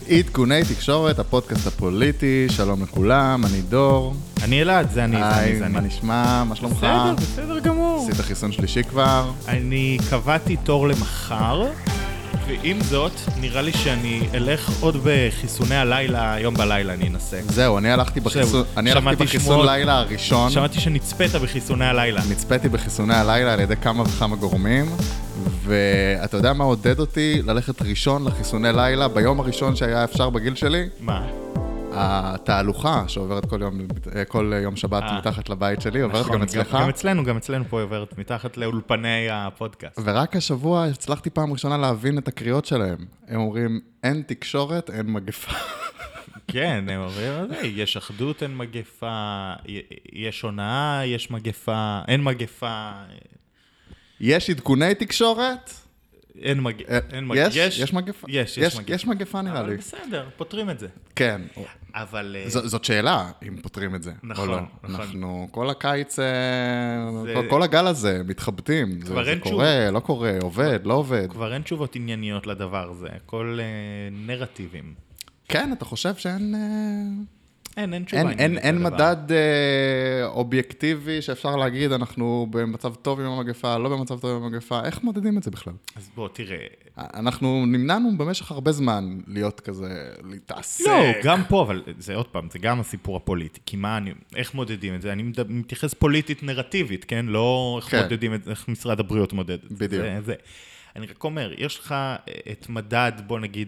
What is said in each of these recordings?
עדכוני תקשורת, הפודקאסט הפוליטי, שלום לכולם, אני דור. אני אלעד, זה אני. היי, מה נשמע? מה שלומך? בסדר גמור. עשית חיסון שלישי כבר? אני קבעתי תור למחר, ועם זאת, נראה לי שאני אלך עוד בחיסוני הלילה, היום בלילה אני אנסה. זהו, אני הלכתי בחיסון לילה הראשון. שמעתי שנצפית בחיסוני הלילה. נצפיתי בחיסוני הלילה על ידי כמה וכמה גורמים, ואתה יודע מה עודד אותי ללכת ראשון לחיסוני לילה ביום הראשון שהיה אפשר בגיל שלי? מה? התהלוכה שעוברת כל יום שבת מתחת לבית שלי, עוברת גם אצלך. גם אצלנו פה עוברת מתחת לאולפני הפודקאסט. ורק השבוע הצלחתי פעם ראשונה להבין את הקריאות שלהם. הם אומרים, אין תקשורת, אין מגפה. כן, הם אומרים, יש אחדות, אין מגפה, יש הונאה, יש מגפה, אין מגפה. יש עדכוני תקשורת? אין מגפה. יש מגפה? יש מגפה נראה לי. בסדר, פותרים את זה. כן. אבל... זאת שאלה, אם פותרים את זה. נכון, נכון. אנחנו כל הקיץ, כל הגל הזה, מתחבטים. זה קורה, לא קורה, עובד, לא עובד. כבר אין תשובות ענייניות לדבר הזה, כל נרטיבים. כן, אתה חושב שאין... אין תשובה עניינית. אין מדד אובייקטיבי שאפשר להגיד, אנחנו במצב טוב עם המגפה, לא במצב טוב עם המגפה, איך מודדים את זה בכלל? אז בוא, תראה. אנחנו נמנענו במשך הרבה זמן להיות כזה, להתעסק. לא, גם פה, אבל זה עוד פעם, זה גם הסיפור הפוליטי, כי איך מודדים את זה? אני מתייחס פוליטית נרטיבית, כן? לא איך מודדים את זה, איך משרד הבריאות מודד את זה. בדיוק. אני רק אומר, יש לך את מדד, בוא נגיד,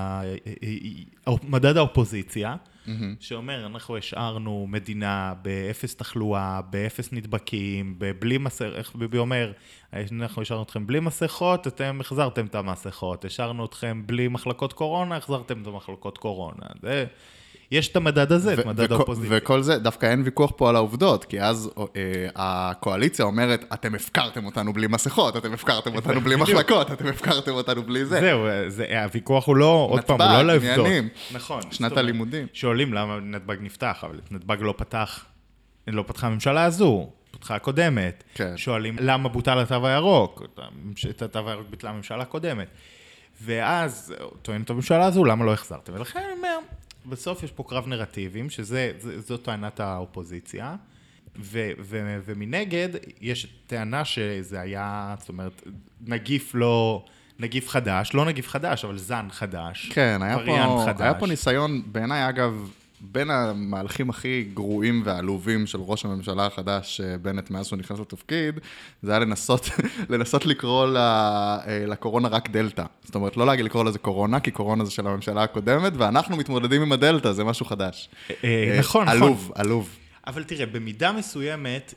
מדד האופוזיציה, שאומר, אנחנו השארנו מדינה באפס תחלואה, באפס נדבקים, בלי מסכות, איך ביבי אומר, אנחנו השארנו אתכם בלי מסכות, אתם החזרתם את המסכות, השארנו אתכם בלי מחלקות קורונה, החזרתם את המחלקות קורונה. יש את המדד הזה, את מדד האופוזיציה. וכל זה, דווקא אין ויכוח פה על העובדות, כי אז הקואליציה אומרת, אתם הפקרתם אותנו בלי מסכות, אתם הפקרתם אותנו בלי מחלקות, אתם הפקרתם אותנו בלי זה. זהו, הוויכוח הוא לא, עוד פעם, הוא לא לעובדות. נכון. שנת הלימודים. שואלים למה נתב"ג נפתח, אבל נתב"ג לא פתחה הממשלה הזו, פתחה הקודמת. שואלים למה בוטל התו הירוק, את התו הירוק ביטלה הממשלה הקודמת. ואז טוענת הממשלה הזו, למה לא החזרתם? ולכן אני אומר, בסוף יש פה קרב נרטיבים, שזו טענת האופוזיציה, ומנגד יש טענה שזה היה, זאת אומרת, נגיף חדש, לא נגיף חדש, אבל זן חדש. כן, היה פה ניסיון, בעיניי אגב, בין המהלכים הכי גרועים ועלובים של ראש הממשלה החדש, בנט מאז שהוא נכנס לתפקיד, זה היה לנסות לקרוא לקורונה רק דלטה. זאת אומרת, לא להגיד לקרוא לזה קורונה, כי קורונה זה של הממשלה הקודמת, ואנחנו מתמודדים עם הדלטה, זה משהו חדש. נכון. עלוב. אבל תראה, במידה מסוימת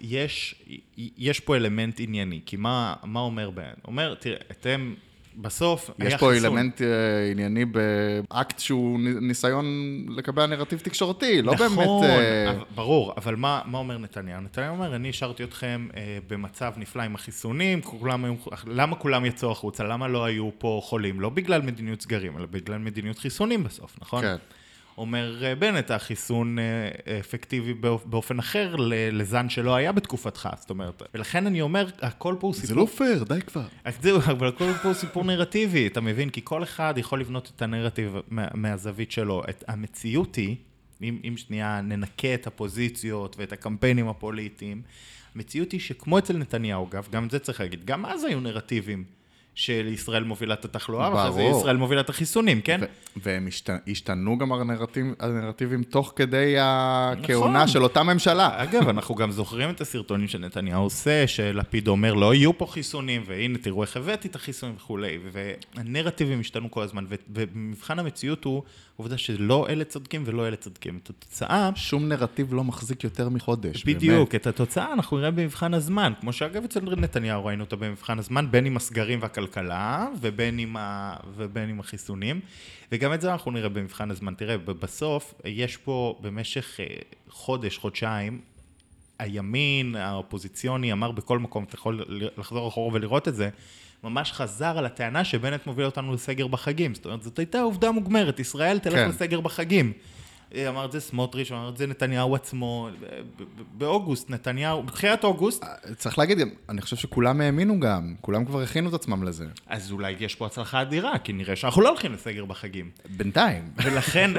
יש פה אלמנט ענייני, כי מה אומר בן? אומר, תראה, אתם... בסוף יש פה אלמנט ענייני באקט שהוא ניסיון לקבל נרטיב תקשורתי, לא באמת... נכון, ברור, אבל מה אומר נתניהו? נתניהו אומר, אני השארתי אתכם במצב נפלא עם החיסונים, למה כולם יצאו החוצה? למה לא היו פה חולים? לא בגלל מדיניות סגרים, אלא בגלל מדיניות חיסונים בסוף, נכון? כן. אומר בנט, החיסון אפקטיבי באופן אחר לזן שלא היה בתקופתך, זאת אומרת. ולכן אני אומר, הכל פה הוא סיפור... זה לא פייר, די כבר. אבל הכל פה הוא סיפור נרטיבי, אתה מבין? כי כל אחד יכול לבנות את הנרטיב מהזווית שלו. המציאות היא, אם שנייה ננקה את הפוזיציות ואת הקמפיינים הפוליטיים, המציאות היא שכמו אצל נתניהו, גם את זה צריך להגיד, גם אז היו נרטיבים. של ישראל מובילה את התחלואה, ואחרי זה ישראל מובילה את החיסונים, כן? והם השתנו גם הנרטיבים תוך כדי הכהונה של אותה ממשלה. אגב, אנחנו גם זוכרים את הסרטונים שנתניהו עושה, שלפיד אומר, לא יהיו פה חיסונים, והנה תראו איך הבאתי את החיסונים וכולי, והנרטיבים השתנו כל הזמן, ובמבחן המציאות הוא עובדה שלא אלה צודקים ולא אלה צודקים. את התוצאה... שום נרטיב לא מחזיק יותר מחודש. בדיוק, את התוצאה אנחנו נראה במבחן הזמן, כמו שאגב אצל נתניהו ראינו אותה במבחן הזמן, בין עם הסגרים והכלכלה, ובין עם החיסונים, וגם את זה אנחנו נראה במבחן הזמן. תראה, בסוף יש פה במשך חודשיים, הימין, האופוזיציוני, אמר בכל מקום, אתה יכול לחזור אחורה ולראות את זה, ממש חזר על הטענה שבנט מוביל אותנו לסגר בחגים. זאת אומרת, זאת הייתה עובדה מוגמרת, ישראל תלך לסגר בחגים. אמר את זה סמוטריץ', אמר את זה נתניהו עצמו, באוגוסט, נתניהו, בתחילת אוגוסט. צריך להגיד, אני חושב שכולם האמינו גם, כולם כבר הכינו את עצמם לזה. אז אולי יש פה הצלחה אדירה, כי נראה שאנחנו לא הולכים לסגר בחגים. בינתיים. ולכן,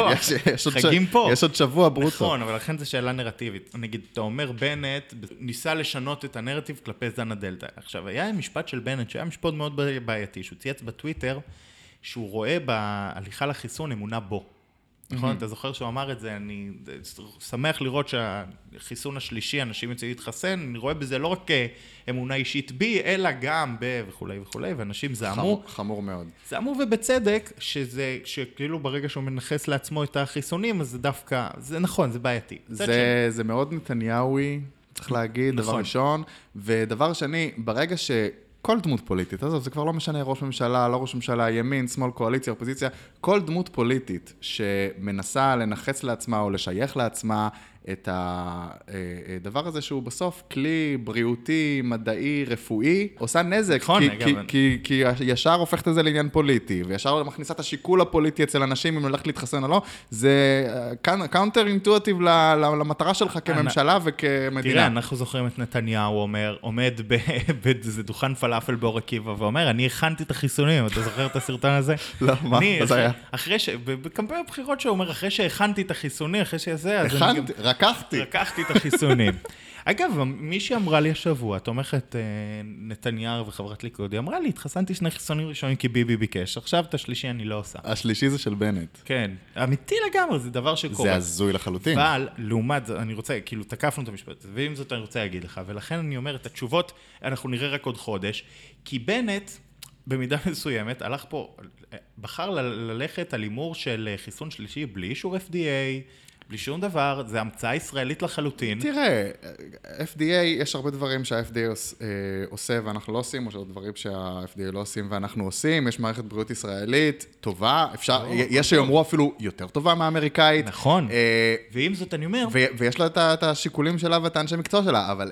חגים פה. יש עוד שבוע ברוטו. נכון, אבל לכן זו שאלה נרטיבית. נגיד, אתה אומר בנט, ניסה לשנות את הנרטיב כלפי זן הדלתא. עכשיו, היה משפט של בנט, שהיה משפט מאוד בעייתי, שהוא צייץ בטוויטר, שהוא רואה בהליכה לחיסון אמונה בו. נכון? אתה זוכר שהוא אמר את זה, אני שמח לראות שהחיסון השלישי, אנשים יוצאים להתחסן, אני רואה בזה לא רק אמונה אישית בי, אלא גם וכולי וכולי, ואנשים זעמו. חמור מאוד. זעמו ובצדק, שכאילו ברגע שהוא מנחס לעצמו את החיסונים, אז זה דווקא, זה נכון, זה בעייתי. זה מאוד נתניהוי, צריך להגיד, דבר ראשון, ודבר שני, ברגע כל דמות פוליטית, עזוב, זה כבר לא משנה ראש ממשלה, לא ראש ממשלה, ימין, שמאל, קואליציה, אופוזיציה, כל דמות פוליטית שמנסה לנחץ לעצמה או לשייך לעצמה את הדבר הזה שהוא בסוף כלי בריאותי, מדעי, רפואי, עושה נזק, כי ישר הופכת את זה לעניין פוליטי, וישר מכניסה את השיקול הפוליטי אצל אנשים אם הולכת להתחסן או לא, זה קאונטר אינטואיטיב למטרה שלך כממשלה וכמדינה. תראה, אנחנו זוכרים את נתניהו עומד באיזה דוכן פלאפל באור עקיבא, ואומר, אני הכנתי את החיסונים, אתה זוכר את הסרטון הזה? לא, מה זה היה? בקמפיין הבחירות שהוא אומר, אחרי שהכנתי את החיסונים, אחרי שזה, לקחתי את החיסונים. אגב, מישהי אמרה לי השבוע, תומכת נתניהו וחברת ליכוד, היא אמרה לי, התחסנתי 2 חיסונים ראשונים כי ביבי ביקש, עכשיו את השלישי אני לא עושה. השלישי זה של בנט. כן, אמיתי לגמרי, זה דבר שקורה. זה הזוי לחלוטין. אבל, לעומת זה, אני רוצה, כאילו, תקפנו את המשפט, ועם זאת אני רוצה להגיד לך, ולכן אני אומר, את התשובות אנחנו נראה רק עוד חודש, כי בנט, במידה מסוימת, בחר ללכת על הימור של חיסון שלישי בלי אישור FDA, בלי שום דבר, זה המצאה ישראלית לחלוטין. תראה, FDA, יש הרבה דברים שה-FDA עושה ואנחנו לא עושים, או שיש דברים שה-FDA לא עושים ואנחנו עושים, יש מערכת בריאות ישראלית טובה, יש שיאמרו אפילו יותר טובה מהאמריקאית. נכון, ועם זאת אני אומר... ויש לה את השיקולים שלה ואת האנשי מקצוע שלה, אבל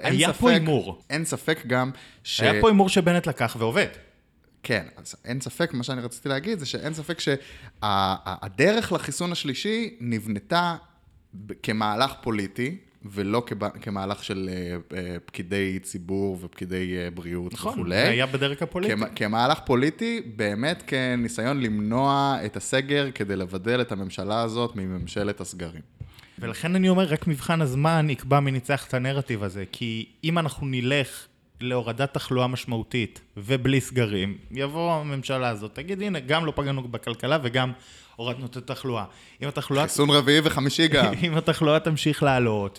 אין ספק גם היה פה הימור שבנט לקח ועובד. כן, אז אין ספק, מה שאני רציתי להגיד זה שאין ספק שהדרך לחיסון השלישי נבנתה כמהלך פוליטי, ולא כמהלך של פקידי ציבור ופקידי בריאות וכו'. נכון, זה היה בדרך הפוליטי. כמהלך פוליטי, באמת כניסיון למנוע את הסגר, כדי לבדל את הממשלה הזאת מממשלת הסגרים. ולכן אני אומר, רק מבחן הזמן יקבע מי ניצח את הנרטיב הזה, כי אם אנחנו נלך להורדת תחלואה משמעותית ובלי סגרים, יבוא הממשלה הזאת, תגיד, הנה, גם לא פגענו בכלכלה וגם הורדנו את התחלואה. חיסון רביעי וחמישי גם. אם התחלואה תמשיך לעלות,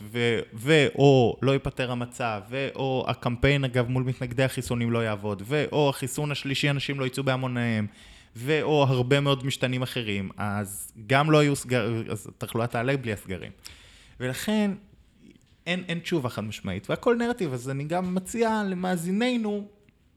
או לא ייפטר המצב, או הקמפיין, אגב, מול מתנגדי החיסונים לא יעבוד, או החיסון השלישי, אנשים לא יצאו בהמוניהם, או הרבה מאוד משתנים אחרים, אז גם לא יהיו סגרים, אז התחלואה תעלה בלי הסגרים. ולכן, אין תשובה חד משמעית, והכל נרטיב, אז אני גם מציע למאזיננו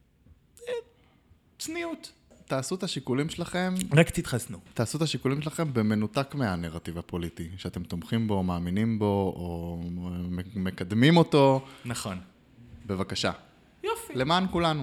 צניעות. תעשו את השיקולים שלכם. רק תתחסנו. תעשו את השיקולים שלכם במנותק מהנרטיב הפוליטי, שאתם תומכים בו, מאמינים בו, או מקדמים אותו. נכון. בבקשה. יופי. למען כולנו.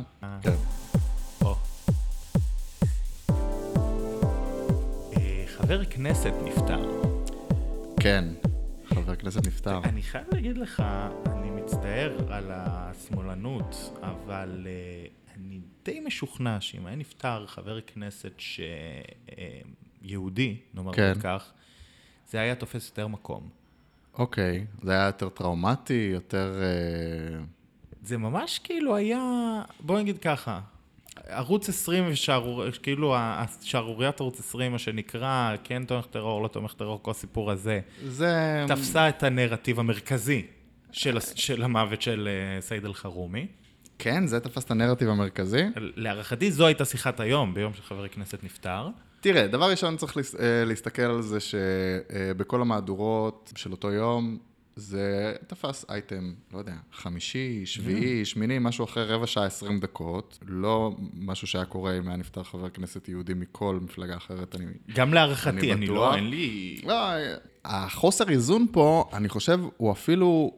חבר כנסת נפטר. כן. חבר כנסת נפטר. אני חייב להגיד לך, אני מצטער על השמאלנות, אבל אני די משוכנע שאם היה נפטר חבר כנסת שיהודי, נאמר כך, זה היה תופס יותר מקום. אוקיי, זה היה יותר טראומטי, יותר... זה ממש כאילו היה, בוא נגיד ככה, ערוץ 20 כאילו השערוריית ערוץ 20, מה שנקרא, כן תומך טרור, לא תומך טרור, כל הסיפור הזה, תפסה את הנרטיב המרכזי של המוות של סעיד אל-חרומי. כן, זה תפס את הנרטיב המרכזי. להערכתי זו הייתה שיחת היום, ביום שחבר כנסת נפטר. תראה, דבר ראשון צריך להסתכל על זה שבכל המהדורות של אותו יום, זה תפס אייטם, לא יודע, 5, 7, 8, משהו אחרי רבע שעה, 20 דקות. לא משהו שהיה קורה אם היה נפטר חבר כנסת יהודי מכל מפלגה אחרת. גם להערכתי, אני לא, אין לי... לא, החוסר איזון פה, אני חושב, הוא אפילו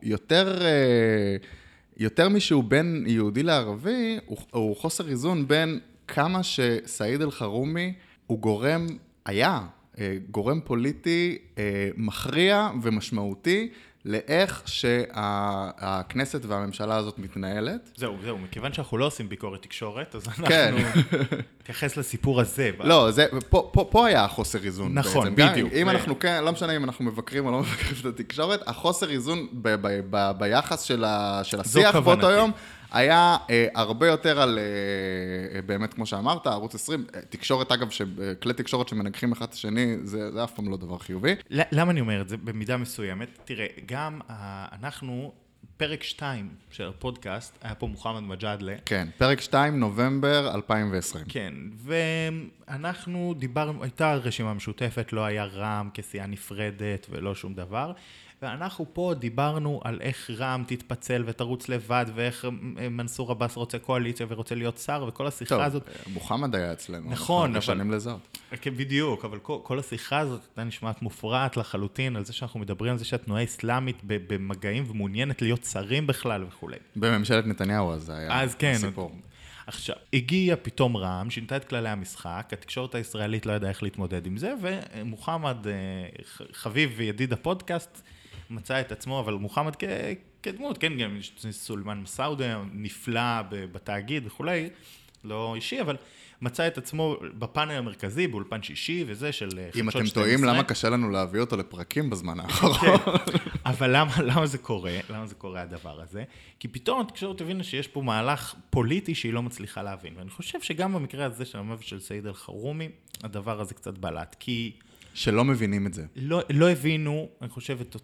יותר משהו בין יהודי לערבי, הוא חוסר איזון בין כמה שסעיד אל-חרומי הוא גורם, היה גורם פוליטי מכריע ומשמעותי לאיך שהכנסת והממשלה הזאת מתנהלת. זהו, מכיוון שאנחנו לא עושים ביקורת תקשורת, אז כן. אנחנו נתייחס לסיפור הזה. לא, פה היה החוסר איזון. נכון, בעצם. בדיוק. אם אנחנו, כן, לא משנה אם אנחנו מבקרים או לא מבקרים את התקשורת, החוסר איזון ביחס של השיח באותו יום, היה הרבה יותר על, באמת כמו שאמרת, ערוץ 20, תקשורת אגב, כלי תקשורת שמנגחים אחד את השני, זה אף פעם לא דבר חיובי. למה אני אומר את זה? במידה מסוימת, תראה, גם אנחנו, פרק 2 של הפודקאסט, היה פה מוחמד מג'אדלה. כן, פרק 2, נובמבר 2020. כן, ואנחנו דיברנו, הייתה רשימה משותפת, לא היה רע"מ כסיעה נפרדת ולא שום דבר, ואנחנו פה דיברנו על איך רע"מ תתפצל ותרוץ לבד, ואיך מנסור עבאס רוצה קואליציה ורוצה להיות שר, וכל השיחה הזאת... טוב, מוחמד היה אצלנו. נכון, אנחנו משנים לזאת. כן, בדיוק, אבל כל השיחה הזאת הייתה נשמעת מופרעת לחלוטין, על זה שאנחנו מדברים על זה שהתנועה האסלאמית במגעים ומעוניינת להיות שרים בכלל וכו'. בממשלת נתניהו אז היה סיפור. עכשיו, הגיע פתאום רע"מ, שינתה את כללי המשחק, התקשורת הישראלית לא ידעה איך להתמודד עם זה, ומוחמד, חביב וידיד הפודקאסט, מצא את עצמו, אבל מוחמד כדמות, כן, גם סולימאן מסעודה, נפלא בתאגיד וכולי, לא אישי, אבל מצא את עצמו בפאנל המרכזי, באולפן שישי, וזה של חדשות 12. אם אתם טועים, למה קשה לנו להביא אותו לפרקים בזמן האחרון? אבל למה זה קורה? למה זה קורה הדבר הזה? כי פתאום התקשורת הבינה שיש פה מהלך פוליטי שהיא לא מצליחה להבין. ואני חושב שגם במקרה הזה של המוות של סעיד אל-חרומי, הדבר הזה קצת בלט. כי... שלא מבינים את זה. לא הבינו, אני חושב, את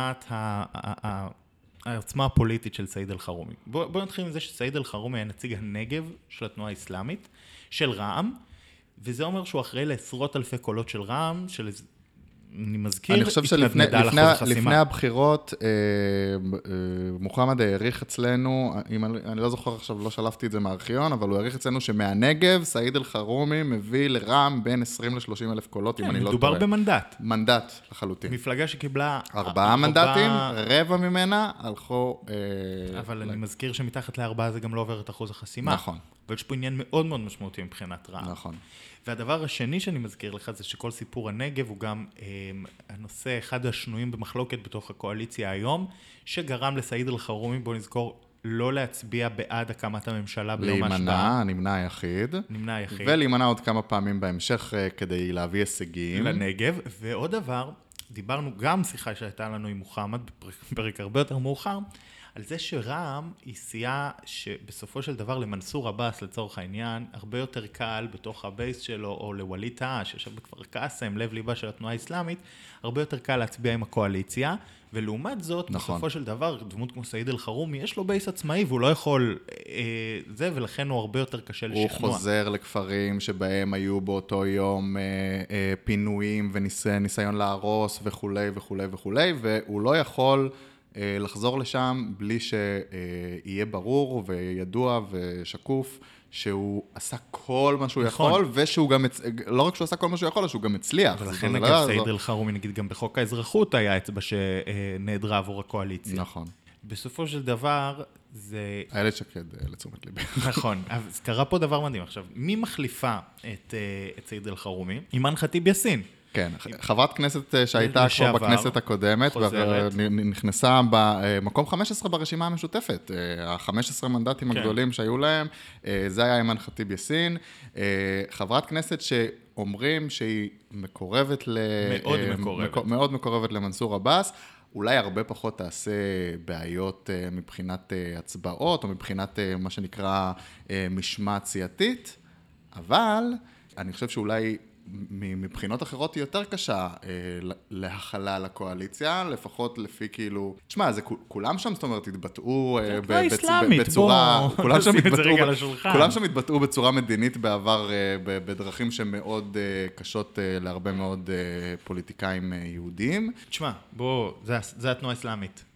העוצמה הפוליטית של סעיד אל-חרומי. בואו נתחיל עם זה שסעיד אל-חרומי היה נציג הנגב של התנועה האסלאמית, של רע"מ, וזה אומר שהוא אחראי לעשרות אלפי קולות של רע"מ, אני מזכיר, אני חושב שלפני הבחירות, מוחמד העריך אצלנו, אני לא זוכר עכשיו, לא שלפתי את זה מהארכיון, אבל הוא העריך אצלנו שמהנגב, סעיד אל-חרומי מביא לרע"מ בין 20 ל-30 אלף קולות, אם אני לא טועה. מדובר במנדט. מנדט, לחלוטין. מפלגה שקיבלה... 4 מנדטים, רבע ממנה, הלכו... אבל אני מזכיר שמתחת ל4 זה גם לא עובר את אחוז החסימה. נכון. ויש פה עניין מאוד מאוד משמעותי מבחינת רע"מ. נכון. והדבר השני שאני מזכיר לך זה שכל סיפור הנגב הוא גם הנושא, אחד השנויים במחלוקת בתוך הקואליציה היום, שגרם לסעיד אל-חרומי, בוא נזכור, לא להצביע בעד הקמת הממשלה ביום ההשבעה. נמנע היחיד. נמנע היחיד. ולהימנע עוד כמה פעמים בהמשך כדי להביא הישגים. לנגב. ועוד דבר, דיברנו גם שיחה שהייתה לנו עם מוחמד, בפרק הרבה יותר מאוחר, על זה שרע"מ היא סיעה שבסופו של דבר למנסור עבאס לצורך העניין, הרבה יותר קל בתוך הבייס שלו, או לווליד טאהא, שיושב בכפר קאסם, לב ליבה של התנועה האסלאמית, הרבה יותר קל להצביע עם הקואליציה, ולעומת זאת, נכון. בסופו של דבר, דמות כמו סעיד אל-חרומי, יש לו בייס עצמאי, והוא לא יכול זה, ולכן הוא הרבה יותר קשה לשכנוע. הוא חוזר לכפרים שבהם היו באותו יום פינויים וניסיון להרוס וכולי וכולי וכולי, והוא לא יכול... לחזור לשם בלי שיהיה ברור וידוע ושקוף שהוא עשה כל מה שהוא יכול, ושהוא גם, לא רק שהוא עשה כל מה שהוא יכול, שהוא גם הצליח. ולכן אגב סעיד אל-חרומי, נגיד גם בחוק האזרחות היה אצבע שנעדרה עבור הקואליציה. נכון. בסופו של דבר זה... איילת שקד לתשומת ליבי. נכון, אז קרה פה דבר מדהים. עכשיו, מי מחליפה את סעיד אל-חרומי? אימן ח'טיב יאסין. כן, חברת כנסת שהייתה כבר בכנסת הקודמת, ונכנסה במקום 15 ברשימה המשותפת. ה-15 מנדטים הגדולים שהיו להם, זה היה אימן ח'טיב יאסין. חברת כנסת שאומרים שהיא מקורבת מאוד מקורבת למנסור עבאס, אולי הרבה פחות תעשה בעיות מבחינת הצבעות, או מבחינת מה שנקרא משמעת סיעתית, אבל אני חושב שאולי... מבחינות אחרות היא יותר קשה להכלה לקואליציה, לפחות לפי כאילו, תשמע, זה כולם שם, זאת אומרת, התבטאו בצורה, כולם שם התבטאו בצורה מדינית בעבר, בדרכים שמאוד קשות להרבה מאוד פוליטיקאים יהודים. תשמע, בוא, זה התנועה האסלאמית.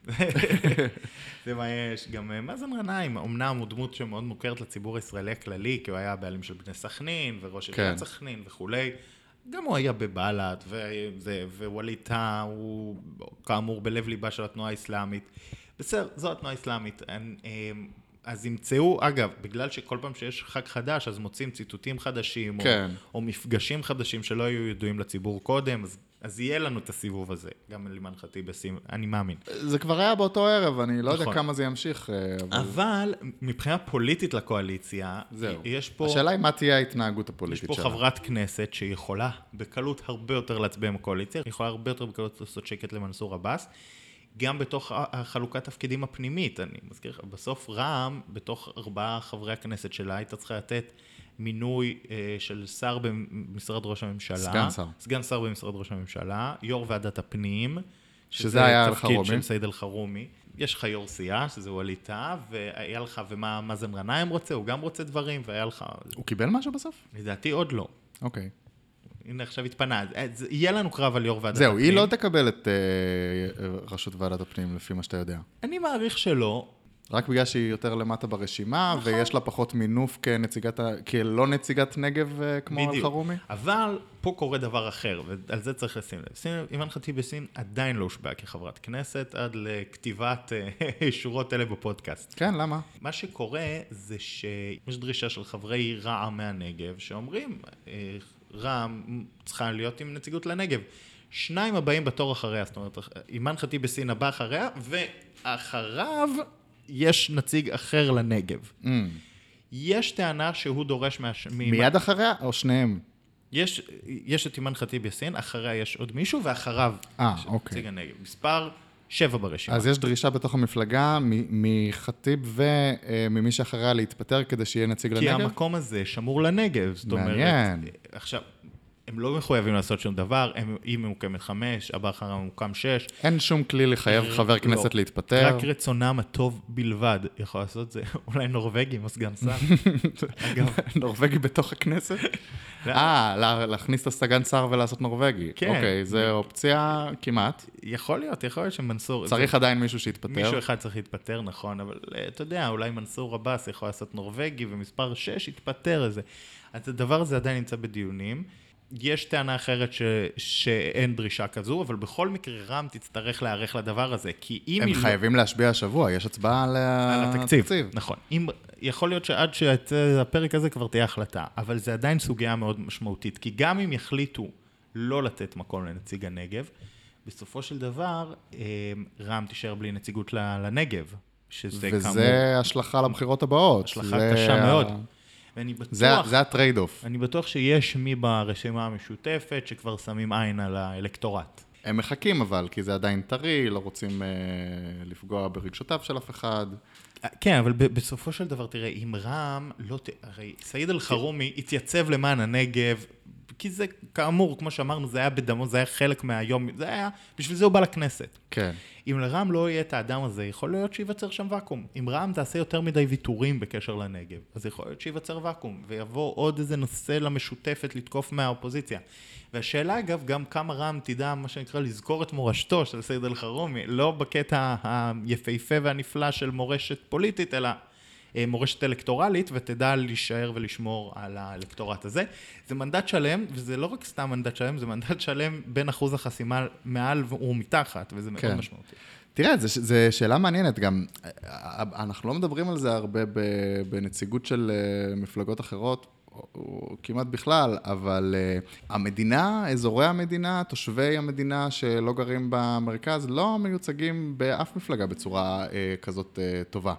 זה מה יש, גם מאזן גנאים, אמנם הוא דמות שמאוד מוכרת לציבור הישראלי הכללי, כי הוא היה הבעלים של בני סכנין, וראש עיריית סכנין וכולי, גם הוא היה בבל"ד, ווליד טאהא, הוא כאמור בלב ליבה של התנועה האסלאמית. בסדר, זו התנועה האסלאמית. אז ימצאו, אגב, בגלל שכל פעם שיש חג חדש, אז מוצאים ציטוטים חדשים, כן. או מפגשים חדשים שלא היו ידועים לציבור קודם, אז יהיה לנו את הסיבוב הזה, גם אלימן ח'טיב יאסין, אני מאמין. זה כבר היה באותו ערב, אני לא יודע נכון. כמה זה ימשיך. אבל מבחינה פוליטית לקואליציה, זהו. יש פה... השאלה היא מה תהיה ההתנהגות הפוליטית יש פה שלה. חברת כנסת שיכולה בקלות הרבה יותר להצביע עם הקואליציה, יכולה הרבה יותר בקלות לעשות שקט למנסור עבאס, גם בתוך החלוקת תפקידים הפנימית. אני מזכיר לך, בסוף רע"מ, בתוך 4 חברי הכנסת שלה, הייתה צריכה לתת מינוי של שר במשרד ראש הממשלה. סגן שר. סגן שר במשרד ראש הממשלה, יו"ר ועדת הפנים, שזה היה תפקיד אלחרומי. של סעיד אלחרומי. יש לך יו"ר סיעה, שזה ווליד טאהא, והיה לך, ומה מאזן גנאים רוצה, הוא גם רוצה דברים, והיה לך... הוא קיבל משהו בסוף? לדעתי עוד לא. אוקיי. הנה עכשיו התפנה, אז יהיה לנו קרב על יו"ר ועדת זהו, הפנים. היא לא תקבל את ראשות ועדת הפנים, לפי מה שאתה יודע. אני מעריך שלא. רק בגלל שהיא יותר למטה ברשימה, נכון. ויש לה פחות מינוף כלא נציגת נגב כמו אלחרומי. אבל פה קורה דבר אחר, ועל זה צריך לשים לב. אימאן ח'טיב יאסין עדיין לא הושבעה כחברת כנסת, עד לכתיבת שורות אלה בפודקאסט. כן, למה? מה שקורה זה שיש דרישה של חברי רע"מ מהנגב, שאומרים, רע"מ צריכה להיות עם נציגות לנגב. 2 הבאים בתור אחריה, זאת אומרת, אימאן ח'טיב יאסין הבא אחריה, ואחריו יש נציג אחר לנגב. יש טענה שהוא דורש מיד אחריה או שניהם? יש את אימאן ח'טיב יאסין, אחריה יש עוד מישהו, ואחריו אוקיי. נציג הנגב. מספר 7 ברשימה. אז יש דרישה בתוך המפלגה מח'טיב וממי שאחריה להתפטר כדי שיהיה נציג לנגב? כי המקום הזה שמור לנגב. זאת אומרת, מעניין. עכשיו, הם לא מחויבים לעשות שום דבר, היא ממוקמת 5, הבא אחריה ממוקם 6. אין שום כלי לחייב חבר כנסת להתפטר. רק רצונם הטוב בלבד יכול לעשות זה. אולי נורווגי, או סגן שר. אגב. נורווגי בתוך הכנסת? להכניס את הסגן שר ולעשות נורווגי. כן. אוקיי, זה אופציה כמעט. יכול להיות שמנסור... צריך עדיין מישהו שיתפטר. מישהו אחד צריך להתפטר, נכון, אבל אתה יודע, אולי מנסור עבאס יכול לעשות נורווגי, ומספר 6 יתפטר איזה. אז הדבר הזה עדיין נמצא בדיונים. יש טענה אחרת שאין דרישה כזו, אבל בכל מקרה רע"מ תצטרך להיערך לדבר הזה, כי אם... הם חייבים להשביע השבוע, יש הצבעה על התקציב. נכון. יכול להיות שעד שהפרק הזה כבר תהיה החלטה, אבל זה עדיין סוגיה מאוד משמעותית, כי גם אם יחליטו לא לתת מקום לנציג הנגב, בסופו של דבר רע"מ תישאר בלי נציגות לנגב, וזה השלכה לבחירות הבאות. השלכה קשה מאוד. ואני בטוח, זה הטרייד אוף. אני בטוח שיש מי ברשימה המשותפת שכבר שמים עין על האלקטורט. הם מחכים אבל, כי זה עדיין טרי, לא רוצים לפגוע ברגשותיו של אף אחד. כן, אבל בסופו של דבר, תראה, אם רע"מ, הרי סעיד אלחרומי התייצב למען הנגב, כי זה, כאמור, כמו שאמרנו, זה היה בדמו, זה היה חלק מהיום, זה היה, בשביל זה הוא בא לכנסת. כן. אם לרע"מ לא יהיה את האדם הזה, יכול להיות שיווצר שם ואקום. אם רע"מ תעשה יותר מדי ויתורים בקשר לנגב, אז יכול להיות שיווצר ואקום, ויבוא עוד איזה נושא למשותפת לתקוף מהאופוזיציה. והשאלה, אגב, גם כמה רע"מ תדע, מה שנקרא, לזכור את מורשתו של סעיד אלחרומי, לא בקטע היפהפה והנפלא של מורשת פוליטית, אלא מורשת אלקטורלית, ותדע להישאר ולשמור על האלקטורט הזה. זה מנדט שלם, וזה לא רק סתם מנדט שלם, זה מנדט שלם בין אחוז החסימה מעל ומתחת, וזה מאוד משמעותי. תראה, זו שאלה מעניינת גם. אנחנו לא מדברים על זה הרבה בנציגות של מפלגות אחרות, או כמעט בכלל, אבל המדינה, אזורי המדינה, תושבי המדינה שלא גרים במרכז, לא מיוצגים באף מפלגה בצורה כזאת טובה.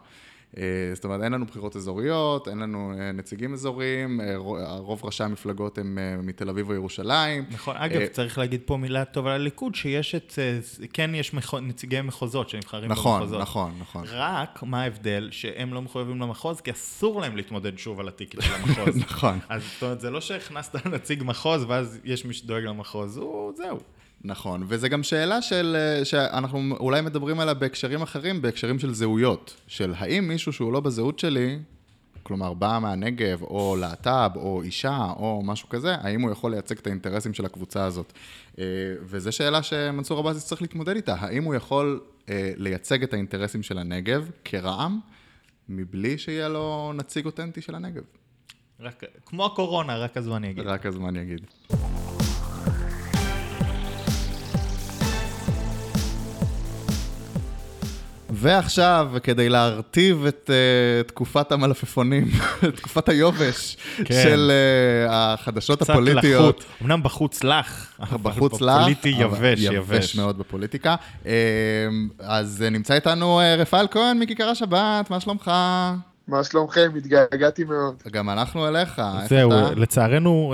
זאת אומרת, אין לנו בחירות אזוריות, אין לנו נציגים אזוריים, רוב ראשי המפלגות הם מתל אביב או ירושלים. נכון, אגב, צריך להגיד פה מילה טובה לליכוד, שיש כן יש נציגי מחוזות שנבחרים במחוזות. נכון. רק מה ההבדל שהם לא מחויבים למחוז, כי אסור להם להתמודד שוב על הטיקט של המחוז. נכון. אז זאת אומרת, זה לא שהכנסת נציג מחוז, ואז יש מי שדואג למחוז, זהו. נכון, וזה גם שאלה שאנחנו אולי מדברים עליה בהקשרים אחרים, בהקשרים של זהויות, של האם מישהו שהוא לא בזהות שלי, כלומר בא מהנגב או להט"ב או אישה או משהו כזה, האם הוא יכול לייצג את האינטרסים של הקבוצה הזאת. וזו שאלה שמנסור עבאס צריך להתמודד איתה, האם הוא יכול לייצג את האינטרסים של הנגב כרע"מ, מבלי שיהיה לו נציג אותנטי של הנגב. כמו הקורונה, רק הזמן יגיד. רק הזמן יגיד. ועכשיו, כדי להרטיב את תקופת המלפפונים, תקופת היובש של החדשות הפוליטיות. קצת לחות, אמנם בחוץ לך, בחוץ לך, פוליטי יבש, יבש מאוד בפוליטיקה. אז נמצא איתנו רפאל כהן מכיכר השבת, מה שלומך? מה שלומכם? התגעגעתי מאוד. גם אנחנו אליך. זהו, לצערנו,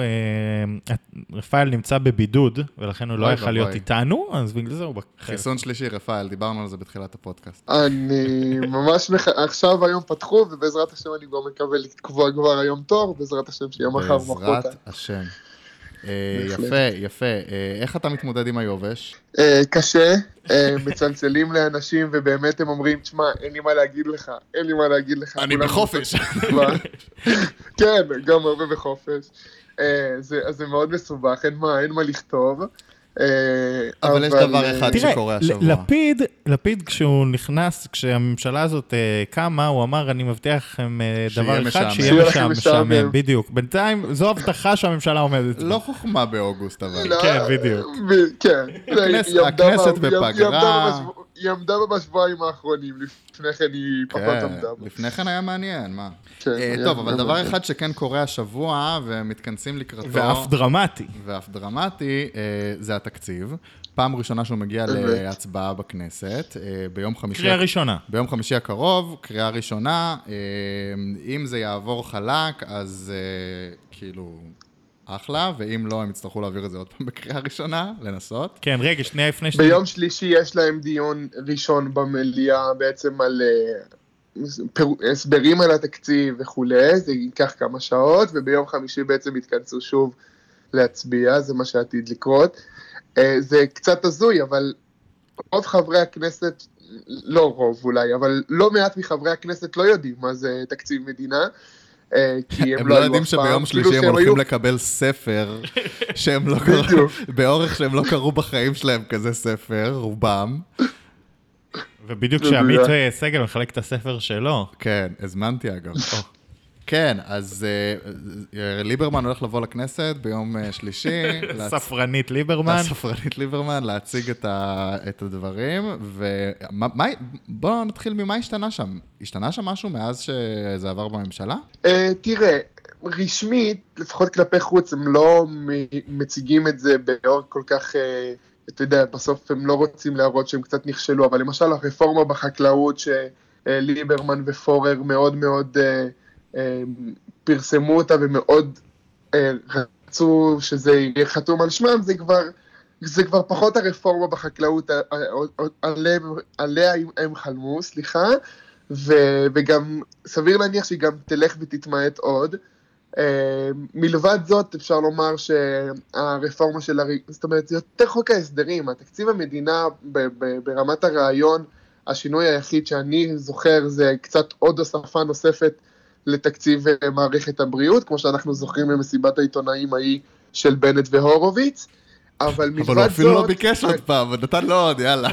רפאל נמצא בבידוד, ולכן הוא לא יכול להיות איתנו, אז בגלל זה הוא... חיסון שלישי, רפאל, דיברנו על זה בתחילת הפודקאסט. אני ממש, עכשיו היום פתחו, ובעזרת השם אני כבר מקווה לקבוע כבר היום תור, בעזרת השם שיהיה מחר מחרתיים. בעזרת השם. יפה, יפה. איך אתה מתמודד עם היובש? קשה, מצלצלים לאנשים ובאמת הם אומרים, תשמע, אין לי מה להגיד לך, אין לי מה להגיד לך. אני בחופש. כן, גם הרבה בחופש. זה מאוד מסובך, אין מה לכתוב. אבל יש דבר אחד שקורה השבוע. לפיד כשהוא נכנס, כשהממשלה הזאת קמה, הוא אמר, אני מבטיח לכם דבר אחד, שיהיה משעמם, בדיוק. בינתיים, זו הבטחה שהממשלה עומדת. לא חוכמה באוגוסט, אבל. כן, בדיוק. כן. הכנסת בפגרה. היא עמדה בשבועיים האחרונים, לפני כן היא פחות עמדה. לפני כן היה מעניין, מה? טוב, אבל דבר אחד שכן קורה השבוע, ומתכנסים לקראתו. ואף דרמטי, זה התקציב. פעם ראשונה שהוא מגיע להצבעה בכנסת, ביום חמישי... קריאה ראשונה. ביום חמישי הקרוב, קריאה ראשונה. אם זה יעבור חלק, אז כאילו... אחלה, ואם לא, הם יצטרכו להעביר את זה עוד פעם בקריאה ראשונה, לנסות. כן, רגע, שנייה לפני ביום שלישי יש להם דיון ראשון במליאה, בעצם על הסברים על התקציב וכו', זה ייקח כמה שעות, וביום חמישי בעצם יתכנסו שוב להצביע, זה מה שעתיד לקרות. זה קצת הזוי, אבל רוב חברי הכנסת, לא רוב אולי, אבל לא מעט מחברי הכנסת לא יודעים מה זה תקציב מדינה, הם לא יודעים שביום שלישי הם הולכים לקבל ספר שהם לא קראו, באורך שהם לא קראו בחיים שלהם כזה ספר, רובם. ובדיוק כשעמית סגל מחלק את הספר שלו. כן, הזמנתי אגב. כן, אז ליברמן הולך לבוא לכנסת ביום שלישי. ספרנית ליברמן. ספרנית ליברמן, להציג את הדברים. ובואו נתחיל ממה השתנה שם. השתנה שם משהו מאז שזה עבר בממשלה? תראה, רשמית, לפחות כלפי חוץ, הם לא מציגים את זה באור כל כך... אתה יודע, בסוף הם לא רוצים להראות שהם קצת נכשלו, אבל למשל הרפורמה בחקלאות שליברמן ופורר מאוד מאוד... פרסמו אותה ומאוד רצו שזה יהיה חתום על שמם, זה כבר פחות הרפורמה בחקלאות עליה הם חלמו, סליחה, וגם סביר להניח שהיא גם תלך ותתמעט עוד. מלבד זאת אפשר לומר שהרפורמה של, זאת אומרת, זה יותר חוק ההסדרים, התקציב המדינה ברמת הרעיון, השינוי היחיד שאני זוכר זה קצת עוד הוספה נוספת לתקציב מערכת הבריאות, כמו שאנחנו זוכרים במסיבת העיתונאים ההיא של בנט והורוביץ, אבל מלבד זאת... אבל הוא אפילו לא ביקש עוד פעם, נתן לו עוד, יאללה.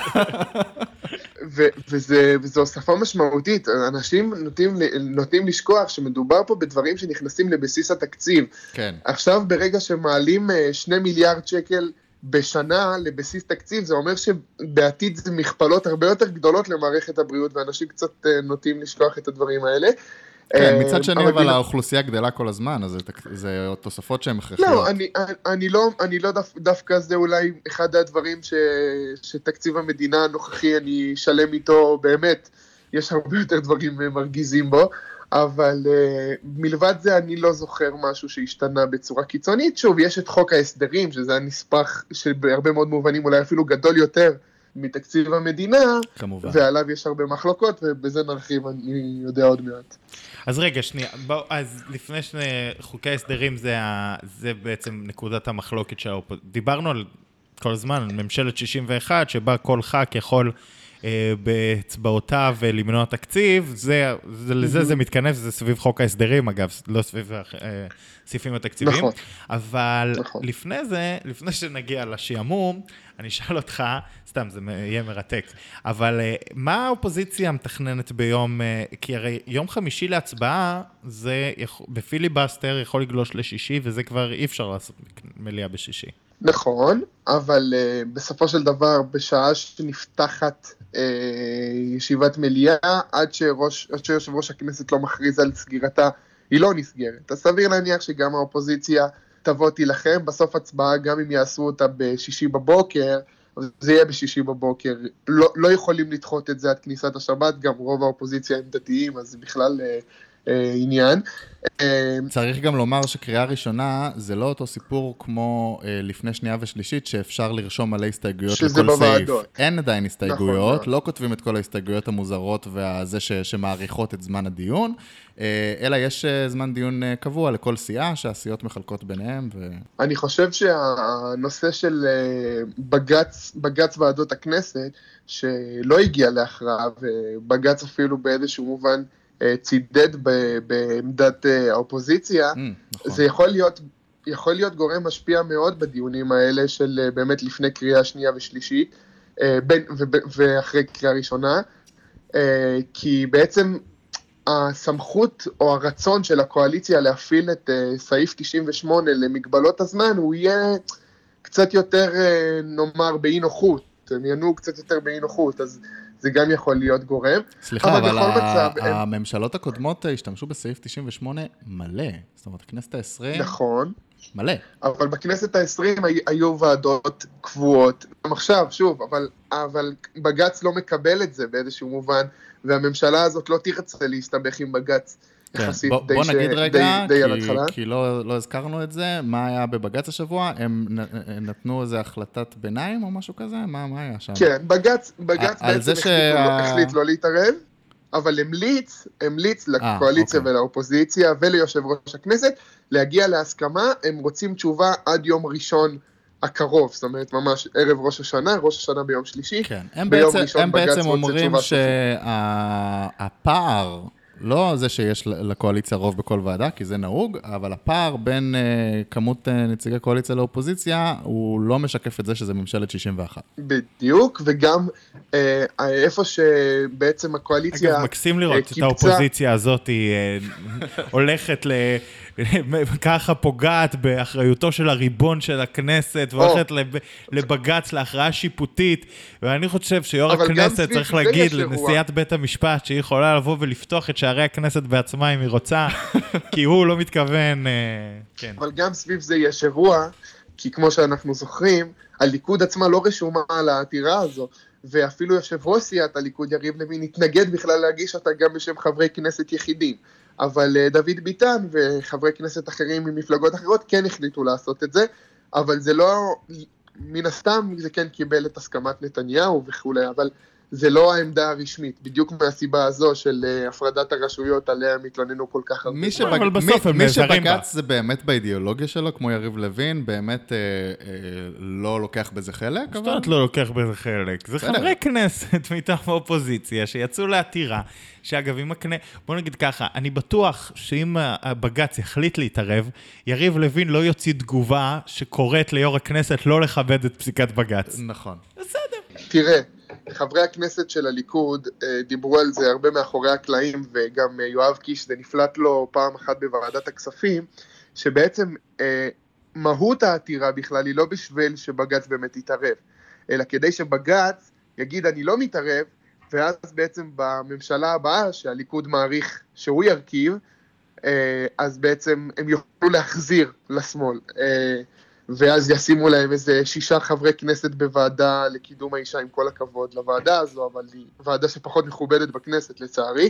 וזו הוספה משמעותית, אנשים נוטים לשכוח שמדובר פה בדברים שנכנסים לבסיס התקציב. כן. עכשיו ברגע שמעלים 2 מיליארד שקל בשנה לבסיס תקציב, זה אומר שבעתיד זה מכפלות הרבה יותר גדולות למערכת הבריאות, ואנשים קצת נוטים לשכוח את הדברים האלה. כן, מצד שני, אבל האוכלוסייה גדלה כל הזמן, אז זה תוספות שהן הכרחיות. לא, אני לא דווקא זה אולי אחד הדברים שתקציב המדינה הנוכחי, אני שלם איתו באמת, יש הרבה יותר דברים מרגיזים בו, אבל מלבד זה אני לא זוכר משהו שהשתנה בצורה קיצונית. שוב, יש את חוק ההסדרים, שזה הנספח שבהרבה מאוד מובנים אולי אפילו גדול יותר, מתקציב המדינה, כמובן. ועליו יש הרבה מחלוקות, ובזה נרחיב, אני יודע עוד מעט. אז רגע, שנייה, אז לפני חוקי ההסדרים זה בעצם נקודת המחלוקת של האופוזיציה. דיברנו על כל הזמן, ממשלת 61, שבה כל ח"כ יכול באצבעותיו למנוע תקציב, לזה זה מתכנס, זה סביב חוק ההסדרים, אגב, לא סביב סעיפים התקציביים. נכון. אבל לפני זה, לפני שנגיע לשעמום, אני אשאל אותך, סתם, זה יהיה מרתק, אבל מה האופוזיציה מתכננת ביום, כי הרי יום חמישי להצבעה, זה בפיליבסטר יכול לגלוש לשישי, וזה כבר אי אפשר לעשות מליאה בשישי. נכון, אבל בסופו של דבר, בשעה שנפתחת ישיבת מליאה, עד שיושב ראש הכנסת לא מכריז על סגירתה, היא לא נסגרת. אז סביר להניח שגם האופוזיציה תבוא תילחם, בסוף הצבעה, גם אם יעשו אותה בשישי בבוקר, זה יהיה בשישי בבוקר. לא יכולים לדחות את זה עד כניסת השבת, גם רוב האופוזיציה הם דתיים, אז זה בכלל עניין. צריך גם לומר שקריאה ראשונה זה לא אותו סיפור כמו לפני שנייה ושלישית, שאפשר לרשום מלא הסתייגויות לכל סעיף. אין עדיין הסתייגויות, נכון, לא כותבים את כל ההסתייגויות המוזרות והזה שמעריכות את זמן הדיון, אלא יש זמן דיון קבוע לכל סיעה שהסיעות מחלקות ביניהם. אני חושב שהנושא של בג"ץ ועדות הכנסת, שלא הגיע להכרעה, ובג"ץ אפילו באיזשהו מובן צידד בעמדת האופוזיציה, זה יכול להיות גורם משפיע מאוד בדיונים האלה של באמת לפני קריאה שנייה ושלישית, ואחרי קריאה ראשונה, כי בעצם הסמכות או הרצון של הקואליציה להפעיל את סעיף 98 למגבלות הזמן, הוא יהיה קצת יותר, נאמר, באי נוחות, הם ינועו קצת יותר באי נוחות, אז זה גם יכול להיות גורם. סליחה, אבל הממשלות הקודמות השתמשו בסעיף 98 מלא. זאת אומרת, הכנסת ה-20... נכון. מלא. אבל בכנסת ה-20 היו ועדות קבועות. גם עכשיו, שוב, אבל בג"ץ לא מקבל את זה באיזשהו מובן, והממשלה הזאת לא תרצה להסתבך עם בג"ץ. בוא נגיד רגע, כי לא הזכרנו את זה, מה היה בבג"ץ השבוע? הם נתנו איזו החלטת ביניים או משהו כזה? מה היה שם? כן, בג"ץ בעצם החליט לא להתערב, אבל המליץ לקואליציה ולאופוזיציה וליושב ראש הכנסת, להגיע להסכמה, הם רוצים תשובה עד יום ראשון הקרוב, זאת אומרת ממש ערב ראש השנה ביום שלישי. כן, הם בעצם אומרים שהפער, לא זה שיש לקואליציה רוב בכל ועדה, כי זה נהוג, אבל הפער בין כמות נציגי קואליציה לאופוזיציה, הוא לא משקף את זה שזה ממשלת 61. בדיוק, וגם איפה שבעצם הקואליציה... אגב, מקסים לראות את האופוזיציה הזאת, היא הולכת ככה פוגעת באחריותו של הריבון של הכנסת, והולכת לבג"ץ, להכרעה שיפוטית, ואני חושב שיו"ר הכנסת צריך להגיד לנשיאת בית המשפט, שהיא יכולה לבוא ולפתוח את שערי הכנסת בעצמה אם היא רוצה, כי הוא לא מתכוון... אבל גם סביב זה יש אירוע, כי כמו שאנחנו זוכרים, הליכוד עצמה לא רשומה על העתירה הזו, ואפילו יושב ראש סיעת הליכוד יריב לוין התנגד בכלל להגיש אותה גם בשם חברי כנסת יחידים. אבל דוד ביטן וחברי כנסת אחרים ממפלגות אחרות כן החליטו לעשות את זה, אבל זה לא, מן הסתם זה כן קיבל את הסכמת נתניהו וכו', אבל זה לא העמדה הרשמית, בדיוק מהסיבה הזו של הפרדת הרשויות עליה מתלוננו כל כך הרבה. מי שבג"ץ זה באמת באידיאולוגיה שלו, כמו יריב לוין, באמת לא לוקח בזה חלק? זאת לא לוקח בזה חלק. זה חברי כנסת מטעם האופוזיציה שיצאו לעתירה, שאגב, בוא נגיד ככה, אני בטוח שאם הבג"ץ יחליט להתערב, יריב לוין לא יוציא תגובה שקוראת ליו"ר הכנסת לא לכבד את פסיקת בג"ץ. נכון. בסדר. תראה, חברי הכנסת של הליכוד דיברו על זה הרבה מאחורי הקלעים, וגם יואב קיש, זה נפלט לו פעם אחת בוועדת הכספים, שבעצם מהות העתירה בכלל היא לא בשביל שבג"ץ באמת יתערב, אלא כדי שבג"ץ יגיד אני לא מתערב, ואז בעצם בממשלה הבאה שהליכוד מעריך שהוא ירכיב, אז בעצם הם יוכלו להחזיר לשמאל, ואז ישימו להם איזה 6 חברי כנסת בוועדה לקידום האישה, עם כל הכבוד לוועדה הזו, אבל היא ועדה שפחות מכובדת בכנסת לצערי,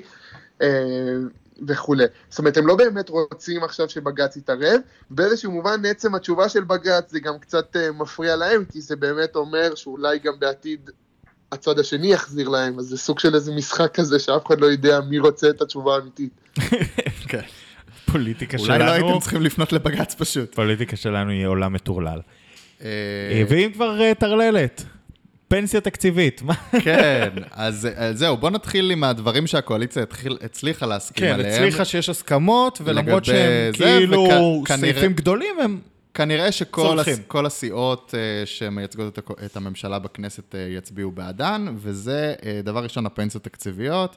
וכו'. זאת אומרת, הם לא באמת רוצים עכשיו שבג"ץ יתערב, באיזשהו מובן עצם התשובה של בג"ץ זה גם קצת מפריע להם, כי זה באמת אומר שאולי גם בעתיד הצד השני יחזיר להם, אז זה סוג של איזה משחק כזה שאף אחד לא יודע מי רוצה את התשובה האמיתית. כן. פוליטיקה שלנו... אולי לא הייתם צריכים לפנות לבג"ץ פשוט. פוליטיקה שלנו היא עולם מטורלל. ואם כבר תרללת, פנסיה תקציבית. כן, אז זהו, בוא נתחיל עם הדברים שהקואליציה הצליחה להסכים עליהם. כן, הצליחה שיש הסכמות, ולמרות שהם כאילו סעיפים גדולים, הם... כנראה שכל הסיעות שמייצגות את הממשלה בכנסת יצביעו בעדן, וזה דבר ראשון, הפנסיות תקציביות.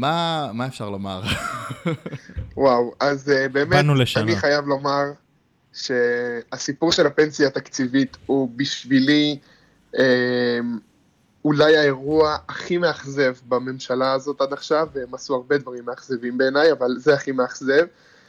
מה אפשר לומר? וואו, אז באמת אני חייב לומר שהסיפור של הפנסיה התקציבית הוא בשבילי אולי האירוע הכי מאכזב בממשלה הזאת עד עכשיו, והם עשו הרבה דברים מאכזבים בעיניי, אבל זה הכי מאכזב.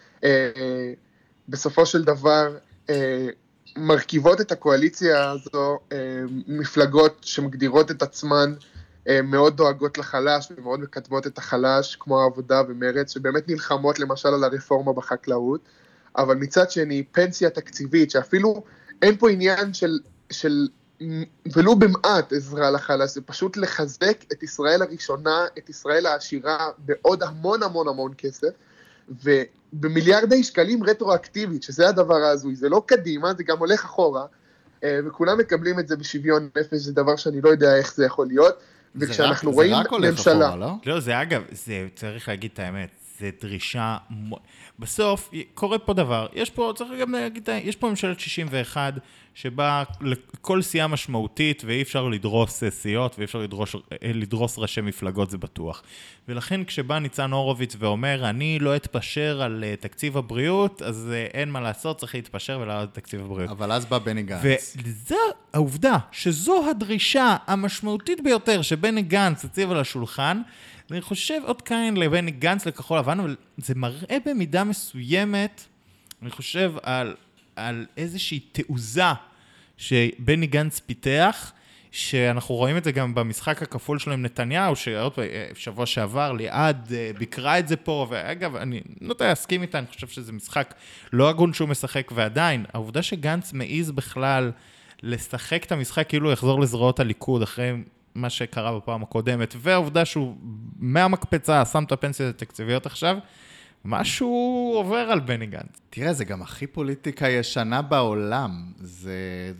בסופו של דבר, מרכיבות את הקואליציה הזו, מפלגות שמגדירות את עצמן, מאוד דואגות לחלש ומאוד מקדמות את החלש, כמו העבודה ומרץ, שבאמת נלחמות למשל על הרפורמה בחקלאות, אבל מצד שני, פנסיה תקציבית, שאפילו אין פה עניין של ולו במעט עזרה לחלש, זה פשוט לחזק את ישראל הראשונה, את ישראל העשירה, בעוד המון המון המון כסף, ובמיליארדי שקלים רטרואקטיבית, שזה הדבר הזוי, זה לא קדימה, זה גם הולך אחורה, וכולם מקבלים את זה בשוויון נפש, זה דבר שאני לא יודע איך זה יכול להיות, וכשאנחנו רואים זה רק הולך ממשלה... אחורה, לא? לא, זה אגב, זה צריך להגיד את האמת, זה דרישה... בסוף, קורה פה דבר, יש פה, צריך גם להגיד, יש פה ממשלת 61, שבה לכל סיעה משמעותית, ואי אפשר לדרוס סיעות, ואי אפשר לדרוס ראשי מפלגות, זה בטוח. ולכן כשבא ניצן הורוביץ ואומר, אני לא אתפשר על תקציב הבריאות, אז אין מה לעשות, צריך להתפשר ולעלות תקציב הבריאות. אבל אז בא בני גנץ. וזו העובדה, שזו הדרישה המשמעותית ביותר, שבני גנץ הציב על השולחן, אני חושב עוד כאן לבני גנץ לכחול לבן, אבל זה מראה במידה מסוימת, אני חושב על איזושהי תעוזה שבני גנץ פיתח, שאנחנו רואים את זה גם במשחק הכפול שלו עם נתניהו, שבוע שעבר ליעד ביקרה את זה פה, ואגב, אני לא יודע להסכים איתה, אני חושב שזה משחק לא הגון שהוא משחק, ועדיין, העובדה שגנץ מעיז בכלל לשחק את המשחק כאילו יחזור לזרועות הליכוד אחרי מה שקרה בפעם הקודמת, והעובדה שהוא מהמקפצה שם את הפנסיות התקציביות עכשיו, משהו עובר על בני גנץ. תראה, זה גם הכי פוליטיקה ישנה בעולם. זה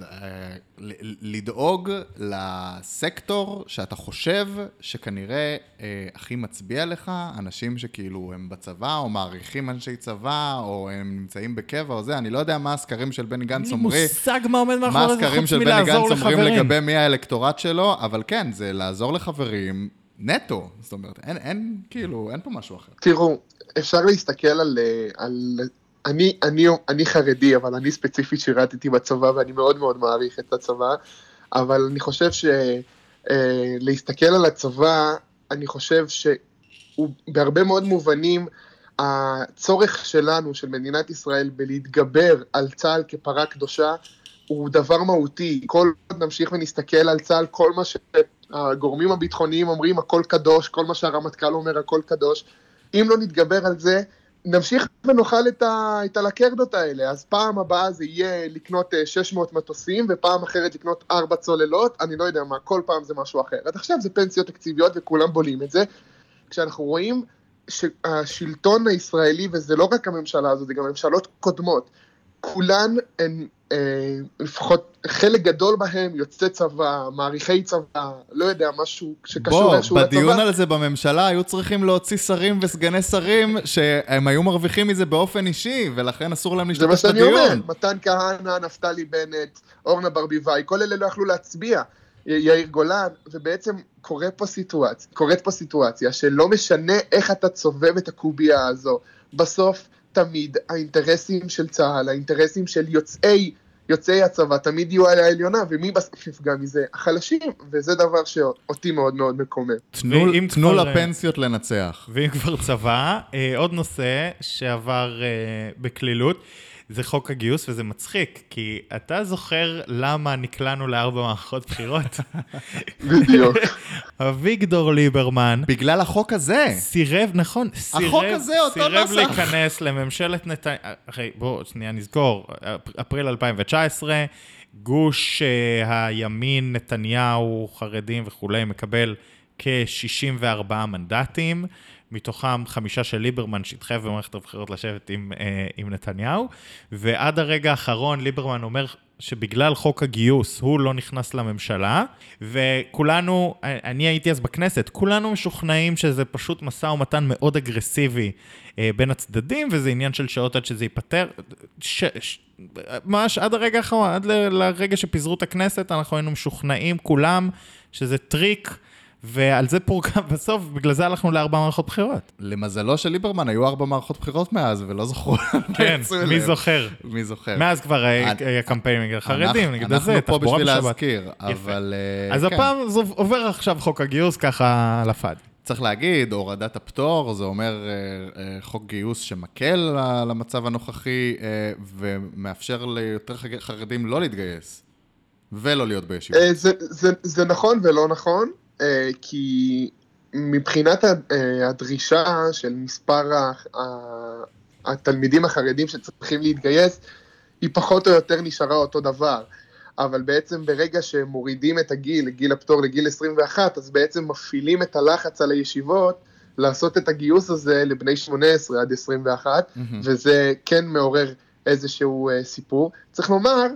לדאוג לסקטור שאתה חושב שכנראה הכי מצביע לך, אנשים שכאילו הם בצבא, או מעריכים אנשי צבא, או הם נמצאים בקבע, או זה. אני לא יודע מה הסקרים של בני גנץ אומרים. אין לי מושג מה עומד מאחורי זה, הסקרים חוץ של בני מלעזור גנץ אומרים לחברים. לגבי מי האלקטורט שלו, אבל כן, זה לעזור לחברים נטו. זאת אומרת, אין פה משהו אחר. תראו, אפשר להסתכל אני חרדי, אבל אני ספציפית שירתתי בצבא, ואני מאוד מאוד מעריך את הצבא, אבל אני חושב להסתכל על הצבא, אני חושב שהוא בהרבה מאוד מובנים, הצורך שלנו, של מדינת ישראל, בלהתגבר על צה"ל כפרה קדושה, הוא דבר מהותי. כל נמשיך ונסתכל על צה"ל, כל מה שהגורמים הביטחוניים אומרים, הכל קדוש, כל מה שהרמטכ"ל אומר, הכל קדוש. אם לא נתגבר על זה, נמשיך ונאכל את הלקרדות האלה. אז פעם הבאה זה יהיה לקנות 600 מטוסים, ופעם אחרת לקנות 4 צוללות, אני לא יודע מה, כל פעם זה משהו אחר. עד עכשיו זה פנסיות תקציביות וכולם בולים את זה. כשאנחנו רואים שהשלטון הישראלי, וזה לא רק הממשלה הזאת, זה גם ממשלות קודמות, כולן הן, לפחות חלק גדול בהם, יוצאי צבא, מעריכי צבא, לא יודע, משהו שקשור איזשהו לצבא. בדיון על זה בממשלה היו צריכים להוציא שרים וסגני שרים, שהם היו מרוויחים מזה באופן אישי, ולכן אסור להם להשתתף בדיון. זה מה שאני אומר, מתן כהנא, נפתלי בנט, אורנה ברביבאי, כל אלה לא יכלו להצביע, יאיר גולן, ובעצם קורית פה סיטואציה, שלא משנה איך אתה צובב את הקוביה הזו, בסוף תמיד האינטרסים של צה"ל, האינטרסים של יוצאי הצבא, תמיד יהיו על העליונה, ומי בסוף יפגע מזה? החלשים, וזה דבר שאותי מאוד מאוד מקומם. תנו לפנסיות לנצח. ואם כבר צבא, עוד נושא שעבר בכלילות, זה חוק הגיוס, וזה מצחיק, כי אתה זוכר למה נקלענו ל4 מערכות בחירות? בדיוק. אביגדור ליברמן. בגלל החוק הזה. סירב, נכון, החוק הזה, אותו נוסח. סירב להיכנס לממשלת נתניהו, אחרי, בואו, שנייה נזכור, אפריל 2019, גוש הימין, נתניהו, חרדים וכולי, מקבל כ-64 מנדטים, מתוכם 5 של ליברמן שהתחייב במערכת הבחירות לשבת עם נתניהו, ועד הרגע האחרון ליברמן אומר שבגלל חוק הגיוס הוא לא נכנס לממשלה, וכולנו, אני הייתי אז בכנסת, כולנו משוכנעים שזה פשוט מסע ומתן מאוד אגרסיבי בין הצדדים, וזה עניין של שעות עד שזה ייפטר, ממש עד הרגע האחרון, עד לרגע שפיזרו את הכנסת, אנחנו היינו משוכנעים כולם שזה טריק, ועל זה פורקה בסוף, בגלל זה הלכנו ל4 מערכות בחירות. למזלו של ליברמן, היו 4 מערכות בחירות מאז, ולא זכרו. כן, מי זוכר? מי זוכר? מאז כבר היה קמפיין נגד החרדים, נגד הזה, אנחנו פה תחבורה בשביל בשבת. להזכיר, אבל... אז הפעם זה עובר עכשיו חוק הגיוס ככה לפד. צריך להגיד, הורדת הפטור, זה אומר חוק גיוס שמקל על המצב הנוכחי, ומאפשר ליותר חרדים לא להתגייס, ולא להיות בישיבות. זה נכון ולא נכון, כי מבחינת הדרישה של מספר התלמידים החרדים שצריכים להתגייס, היא פחות או יותר נשארה אותו דבר. אבל בעצם ברגע שמורידים את גיל הפטור לגיל 21, אז בעצם מפעילים את הלחץ על הישיבות לעשות את הגיוס הזה לבני 18 עד 21, וזה כן מעורר איזשהו סיפור. צריך לומר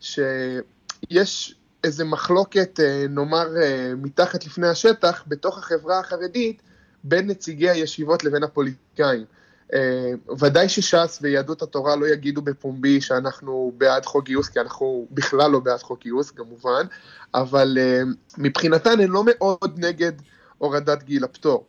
שיש איזו מחלוקת, נאמר, מתחת לפני השטח, בתוך החברה החרדית, בין נציגי הישיבות לבין הפוליטיקאים. ודאי שש"ס ויהדות התורה לא יגידו בפומבי שאנחנו בעד חוק גיוס, כי אנחנו בכלל לא בעד חוק גיוס, כמובן, אבל מבחינתן הן לא מאוד נגד הורדת גיל הפטור.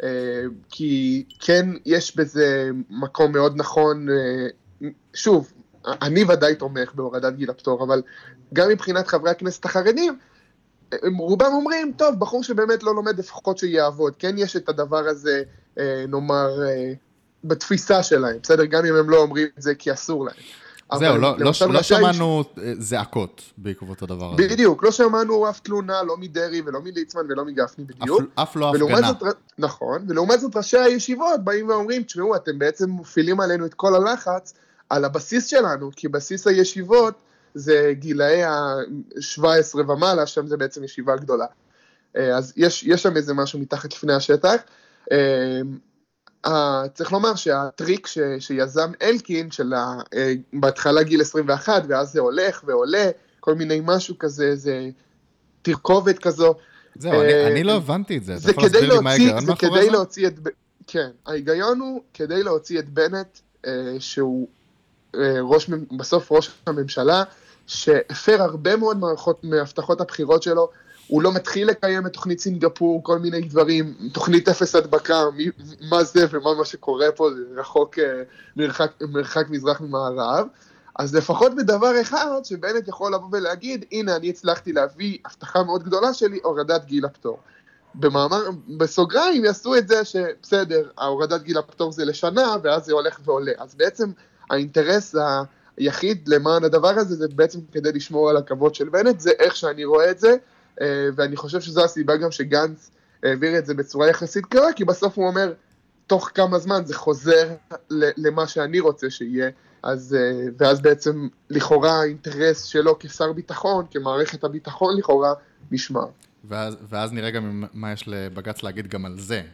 כי כן יש בזה מקום מאוד נכון, שוב, אני ודאי תומך בהורדת גיל הפטור, אבל גם מבחינת חברי הכנסת החרדים, רובם אומרים, טוב, בחור שבאמת לא לומד לפחות שיעבוד, כן יש את הדבר הזה, נאמר, בתפיסה שלהם, בסדר? גם אם הם לא אומרים את זה כי אסור להם. זהו, לא שמענו זעקות בעקבות הדבר הזה. בדיוק, לא שמענו אף תלונה, לא מדרי ולא מליצמן ולא מגפני בדיוק. אף לא הפגנה. נכון, ולעומת זאת ראשי הישיבות באים ואומרים, תשמעו, אתם בעצם מפעילים עלינו את כל הלחץ על הבסיס שלנו, כי בסיס הישיבות זה גילאי ה-17 ומעלה, שם זה בעצם ישיבה גדולה. אז יש שם איזה משהו מתחת לפני השטח. צריך לומר שהטריק שיזם אלקין, בהתחלה גיל 21, ואז זה הולך ועולה, כל מיני משהו כזה, זה תרכובת כזו. זהו, אני לא הבנתי את זה. אתה יכול להסביר לי מה ההיגיון מאחורי זה? כן, ההיגיון הוא כדי להוציא את בנט, שהוא בסוף ראש הממשלה, שהפר הרבה מאוד מהבטחות הבחירות שלו, הוא לא מתחיל לקיים את תוכנית סינגפור, כל מיני דברים, תוכנית אפס הדבקה, מה זה ומה שקורה פה, זה רחוק, מרחק מזרח ממערב, אז לפחות בדבר אחד שבנט יכול לבוא ולהגיד, הנה אני הצלחתי להביא הבטחה מאוד גדולה שלי, הורדת גיל הפטור. בסוגריים יעשו את זה שבסדר, ההורדת גיל הפטור זה לשנה, ואז זה הולך ועולה. אז בעצם האינטרס היחיד למען הדבר הזה, זה בעצם כדי לשמור על הכבוד של בנט, זה איך שאני רואה את זה, ואני חושב שזו הסיבה גם שגנץ העביר את זה בצורה יחסית קרה, כי בסוף הוא אומר, תוך כמה זמן זה חוזר למה שאני רוצה שיהיה, ואז בעצם לכאורה האינטרס שלו כשר ביטחון, כמערכת הביטחון לכאורה, נשמע. ואז נראה גם מה יש לבג"ץ להגיד גם על זה.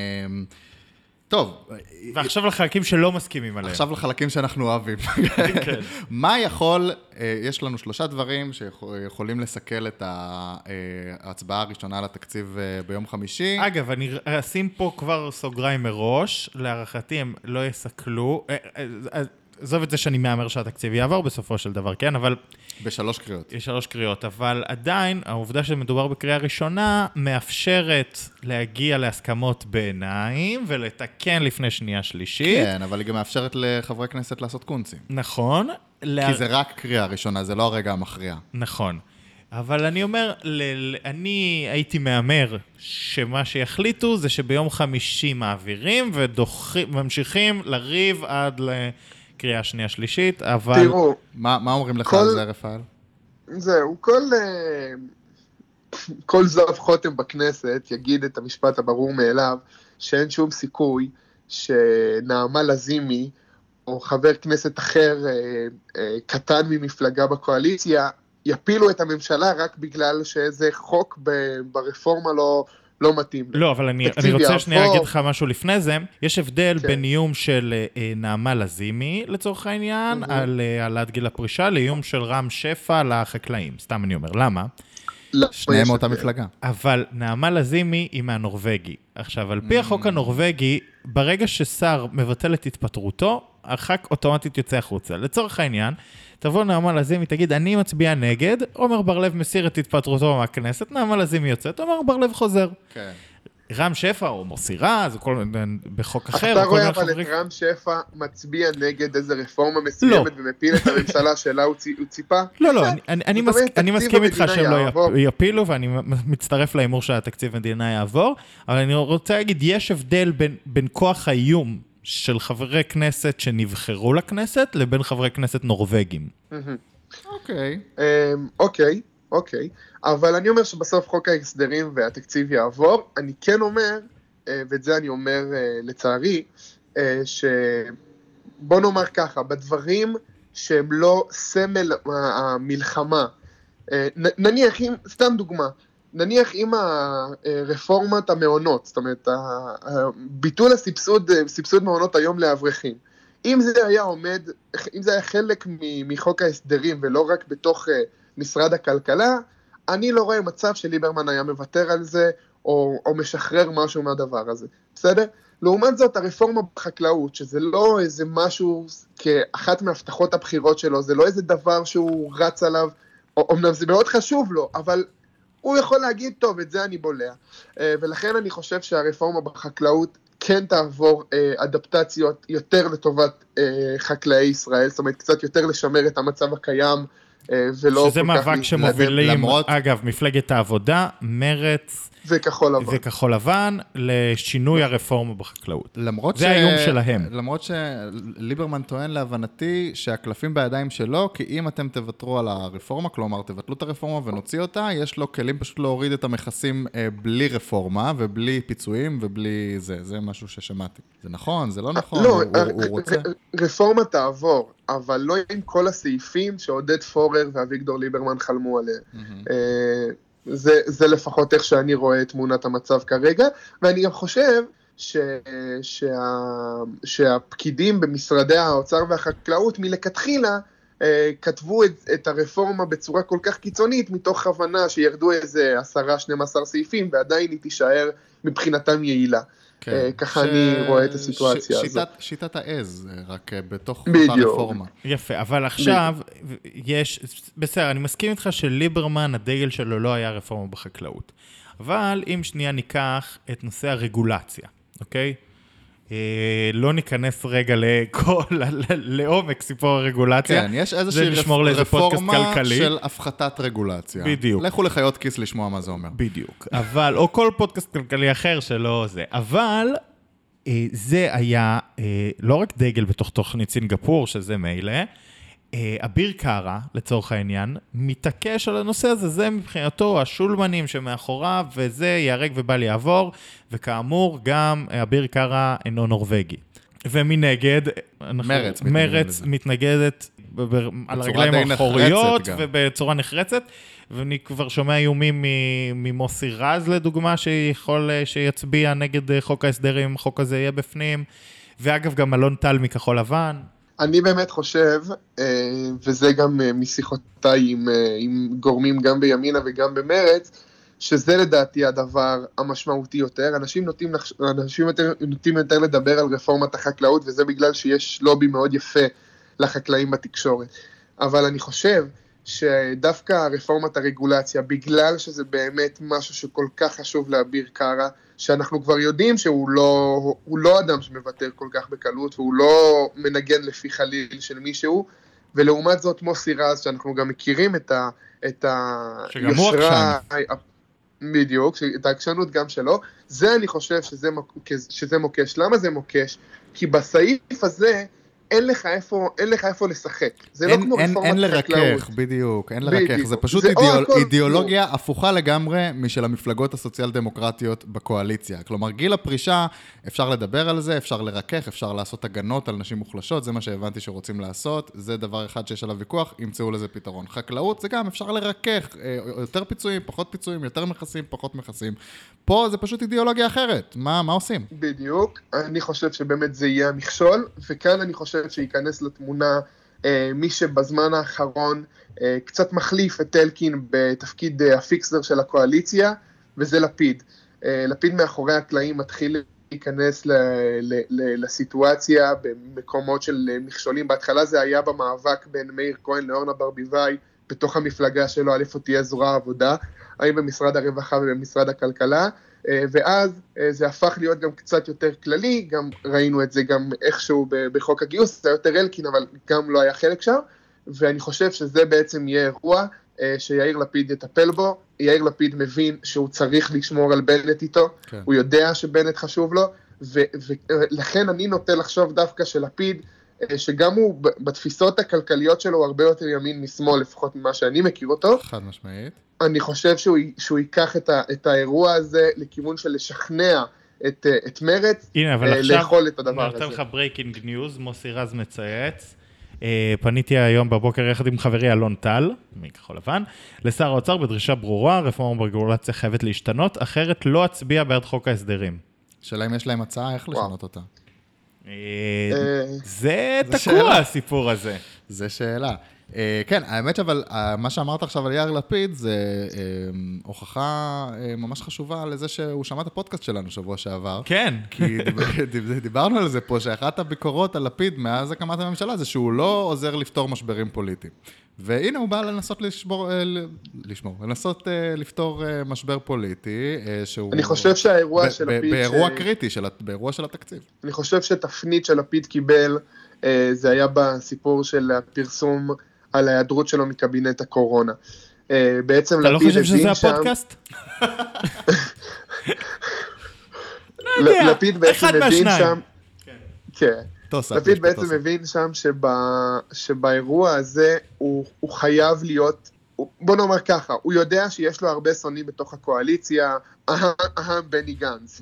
טוב. ועכשיו לחלקים שלא מסכימים עליהם. עכשיו לחלקים שאנחנו אוהבים. מה יכול, יש לנו 3 דברים שיכולים לסכל את ההצבעה הראשונה לתקציב ביום חמישי. אגב, אני אשים פה כבר סוגריים מראש, להערכתי הם לא יסכלו, עזוב את זה שאני מאמר שהתקציב יעבור בסופו של דבר, כן? אבל... ב3 קריאות. 3 קריאות, אבל עדיין העובדה שמדובר בקריאה ראשונה מאפשרת להגיע להסכמות ביניים ולתקן לפני שנייה שלישית. כן, אבל היא גם מאפשרת לחברי כנסת לעשות קונצים. נכון. כי זה רק קריאה ראשונה, זה לא הרגע המכריע. נכון. אבל אני אומר, אני הייתי מאמר שמה שיחליטו זה שביום חמישי מעבירים וממשיכים לריב עד קריאה שנייה שלישית, אבל... תראו, מה אומרים לך על זה, רפאל? זהו, כל זב חותם בכנסת יגיד את המשפט הברור מאליו, שאין שום סיכוי שנעמה לזימי, או חבר כנסת אחר קטן ממפלגה בקואליציה, יפילו את הממשלה רק בגלל שאיזה חוק ברפורמה לא מתאים. לא, אבל אני רוצה שנייה להגיד לך משהו לפני זה. יש הבדל בין איום של נעמה לזימי, לצורך העניין, על העלאת גיל הפרישה, לאיום של רם שפע לחקלאים. סתם אני אומר, למה? שניהם מאותה מפלגה. אבל נעמה לזימי היא מהנורווגי. עכשיו, על פי החוק הנורווגי, ברגע ששר מבטל את התפטרותו, הח"כ אוטומטית יוצא החוצה. לצורך העניין, תבוא נעמה לזימי, תגיד, אני מצביע נגד, עומר בר-לב מסיר את התפטרותו מהכנסת, נעמה לזימי יוצאת, עומר בר-לב חוזר. כן. רם שפע או מוסי רז, בחוק אחר. אתה רואה אבל את רם שפע מצביע נגד איזה רפורמה מסוימת ומפיל את הממשלה שלה הוא ציפה? לא, אני מסכים איתך שהם לא יפילו, ואני מצטרף לאמור שהתקציב מדינה יעבור, אבל אני רוצה להגיד, יש הבדל בין כוח האיום של חברי כנסת שנבחרו לכנסת, לבין חברי כנסת נורווגים. אוקיי, אבל אני אומר שבסוף חוק ההסדרים והתקציב יעבור, אני כן אומר, ואת זה אני אומר לצערי, שבוא נאמר ככה, בדברים שהם לא סמל המלחמה, נניח, סתם דוגמה, נניח עם הרפורמת המעונות, זאת אומרת, ביטול סבסוד מעונות היום לאברכים, אם זה היה חלק מחוק ההסדרים ולא רק בתוך משרד הכלכלה, אני לא רואה מצב שליברמן היה מוותר על זה, או משחרר משהו מהדבר הזה, בסדר? לעומת זאת, הרפורמה בחקלאות, שזה לא איזה משהו כאחת מהבטחות הבחירות שלו, זה לא איזה דבר שהוא רץ עליו, אמנם זה מאוד חשוב לו, אבל הוא יכול להגיד, טוב, את זה אני בולע. ולכן אני חושב שהרפורמה בחקלאות כן תעבור אדפטציות יותר לטובת חקלאי ישראל, זאת אומרת, קצת יותר לשמר את המצב הקיים, שזה מאבק שמובילים, אגב, מפלגת העבודה, מרץ וכחול לבן, לשינוי הרפורמה בחקלאות. זה האיום שלהם. למרות שליברמן טוען להבנתי שהקלפים בידיים שלו, כי אם אתם תוותרו על הרפורמה, כלומר תבטלו את הרפורמה ונוציא אותה, יש לו כלים פשוט להוריד את המכסים בלי רפורמה ובלי פיצויים ובלי זה. זה משהו ששמעתי. זה נכון, זה לא נכון, הוא רוצה. רפורמה תעבור. אבל לא עם כל הסעיפים שעודד פורר ואביגדור ליברמן חלמו עליהם. זה לפחות איך שאני רואה את תמונת המצב כרגע, ואני גם חושב שהפקידים במשרדי האוצר והחקלאות מלכתחילה כתבו את הרפורמה בצורה כל כך קיצונית, מתוך הבנה שירדו איזה 10-12 סעיפים, ועדיין היא תישאר מבחינתם יעילה. ככה אני רואה את הסיטואציה הזאת. שיטת העז, רק בתוך אותה רפורמה. יפה, אבל עכשיו יש, בסדר, אני מסכים איתך שליברמן, הדגל שלו לא היה רפורמה בחקלאות. אבל אם שנייה ניקח את נושא הרגולציה, אוקיי? לא ניכנס רגע לעומק סיפור הרגולציה. כן, יש איזושהי רפורמה של הפחתת רגולציה. בדיוק. לכו לחיות כיס לשמוע מה זה אומר. בדיוק. אבל, או כל פודקאסט כלכלי אחר שלא זה. אבל זה היה לא רק דגל בתוך תוכנית סינגפור, שזה מילא, אביר קארה, לצורך העניין, מתעקש על הנושא הזה, זה מבחינתו השולמנים שמאחוריו, וזה יהרג ובל יעבור, וכאמור גם אביר קארה אינו נורווגי. ומנגד, מרץ מתנגדת על הרגליים האחוריות, ובצורה נחרצת, ואני כבר שומע איומים ממוסי רז לדוגמה, שיכול שיצביע נגד חוק ההסדרים, החוק הזה יהיה בפנים, ואגב גם אלון טל מכחול לבן. אני באמת חושב, וזה גם משיחותיי עם גורמים גם בימינה וגם במרץ, שזה לדעתי הדבר המשמעותי יותר. אנשים נוטים יותר לדבר על רפורמת החקלאות, וזה בגלל שיש לובי מאוד יפה לחקלאים בתקשורת. אבל אני חושב שדווקא רפורמת הרגולציה, בגלל שזה באמת משהו שכל כך חשוב לאביר קארה, שאנחנו כבר יודעים שהוא לא אדם שמוותר כל כך בקלות, והוא לא מנגן לפי חליל של מישהו, ולעומת זאת מוסי רז, שאנחנו גם מכירים את היושרה, בדיוק, את העקשנות גם שלו, זה אני חושב שזה מוקש. למה זה מוקש? כי בסעיף הזה, אין לך איפה לשחק. זה לא כמו רפורמת אין לרכך, בדיוק, אין לרכך. זה פשוט אידיאולוגיה הפוכה לגמרי משל המפלגות הסוציאל דמוקרטיות בקואליציה. כלומר, גיל הפרישה, אפשר לדבר על זה, אפשר לרכך, אפשר לעשות הגנות על נשים מוחלשות, זה מה שהבנתי שרוצים לעשות, זה דבר אחד שיש עליו ויכוח, ימצאו לזה פתרון. חקלאות זה גם אפשר לרכך, יותר פיצויים, פחות פיצויים, יותר מכסים, פחות מכסים. פה זה פשוט אידיאולוגיה אחרת. מה עושים? בדיוק. אני חושב שבאמת זה יהיה המכשול, וכאן אני חושב שייכנס לתמונה מי שבזמן האחרון קצת מחליף את אלקין בתפקיד הפיקסר של הקואליציה, וזה לפיד. לפיד מאחורי הקלעים מתחיל להיכנס לסיטואציה במקומות של מכשולים. בהתחלה זה היה במאבק בין מאיר כהן לאורנה ברביבאי, בתוך המפלגה שלו, א' או תהיה זרוע העבודה, האם במשרד הרווחה ובמשרד הכלכלה, ואז זה הפך להיות גם קצת יותר כללי, גם ראינו את זה גם איכשהו בחוק הגיוס, זה יותר אלקין, אבל גם לא היה חלק שם, ואני חושב שזה בעצם יהיה אירוע שיאיר לפיד יטפל בו. יאיר לפיד מבין שהוא צריך לשמור על בנט איתו, כן. הוא יודע שבנט חשוב לו, ולכן אני נוטה לחשוב דווקא שלפיד, שגם הוא בתפיסות הכלכליות שלו, הוא הרבה יותר ימין משמאל, לפחות ממה שאני מכיר אותו. חד משמעית. אני חושב שהוא ייקח את האירוע הזה לכיוון של לשכנע את מרץ, לאכול את הדבר הזה. אני נותן לך ברייקינג ניוז, מוסי רז מצייץ. פניתי היום בבוקר יחד עם חברי אלון טל, מכחול לבן, לשר האוצר בדרישה ברורה, רפורמה ברגולציה חייבת להשתנות, אחרת לא אצביע בעד חוק ההסדרים. שאלה אם יש להם הצעה איך לשנות אותה. זה תקוע הסיפור הזה. זה שאלה. כן, האמת אבל מה שאמרת עכשיו על יאיר לפיד זה הוכחה ממש חשובה לזה שהוא שמע את הפודקאסט שלנו שבוע שעבר. כן. כי דיברנו על זה פה, שאחת הביקורות על לפיד מאז הקמת הממשלה זה שהוא לא עוזר לפתור משברים פוליטיים. והנה הוא בא לנסות לנסות לפתור משבר פוליטי שהוא... אני חושב שהאירוע של לפיד... באירוע קריטי, באירוע של התקציב. אני חושב שתפנית של לפיד קיבל, זה היה בסיפור של הפרסום על ההיעדרות שלו מקבינט הקורונה. בעצם אתה לא חושב שזה הפודקאסט? לא יודע, אחד מהשניים. כן. לפיד בעצם מבין שם שבאירוע הזה הוא חייב להיות, בוא נאמר ככה, הוא יודע שיש לו הרבה שונאים בתוך הקואליציה, בני גנץ.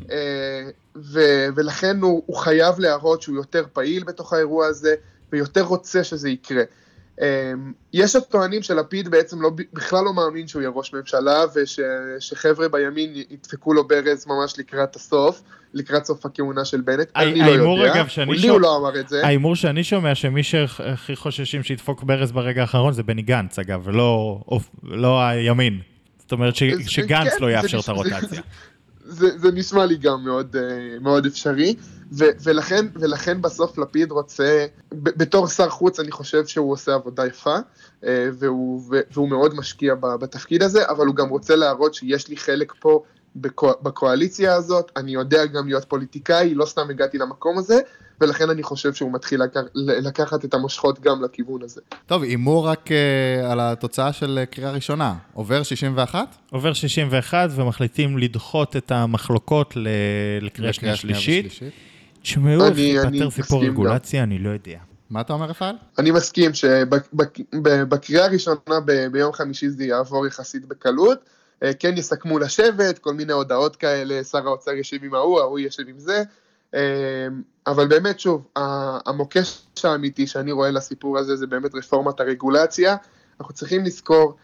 ולכן הוא חייב להראות שהוא יותר פעיל בתוך האירוע הזה, ויותר רוצה שזה יקרה. יש הטוענים שלפיד בעצם בכלל לא מאמין שהוא יהיה ראש ממשלה, ושחבר'ה בימין ידפקו לו ברז ממש לקראת הסוף, לקראת סוף הכהונה של בנט. אני לא יודע, לי הוא לא אמר את זה. האמור שאני שומע שמי שהכי חוששים שידפוק ברז ברגע האחרון זה בני גנץ, אגב, ולא הימין. זאת אומרת שגנץ לא יאפשר את הרוטציה. זה נשמע לי גם מאוד, מאוד אפשרי, ולכן בסוף לפיד רוצה, בתור שר חוץ אני חושב שהוא עושה עבודה יפה, והוא מאוד משקיע בתפקיד הזה, אבל הוא גם רוצה להראות שיש לי חלק פה בקואליציה הזאת, אני יודע גם להיות פוליטיקאי, לא סתם הגעתי למקום הזה, ולכן אני חושב שהוא מתחיל לקחת את המושכות גם לכיוון הזה. טוב, אימור רק על התוצאה של קריאה ראשונה. עובר 61? עובר 61, ומחליטים לדחות את המחלוקות לקריאה שנייה שלישית. תשמעו, פתר סיפור רגולציה, אני לא יודע. מה אתה אומר, רפאל? אני מסכים שבקריאה הראשונה ביום חמישי זה יעבור יחסית בקלות, כן יסכמו לשבת, כל מיני הודעות כאלה, שר האוצר ישב עם ההוא ישב עם זה, אבל באמת שוב, המוקש האמיתי שאני רואה לסיפור הזה זה באמת רפורמת הרגולציה. אנחנו צריכים לזכור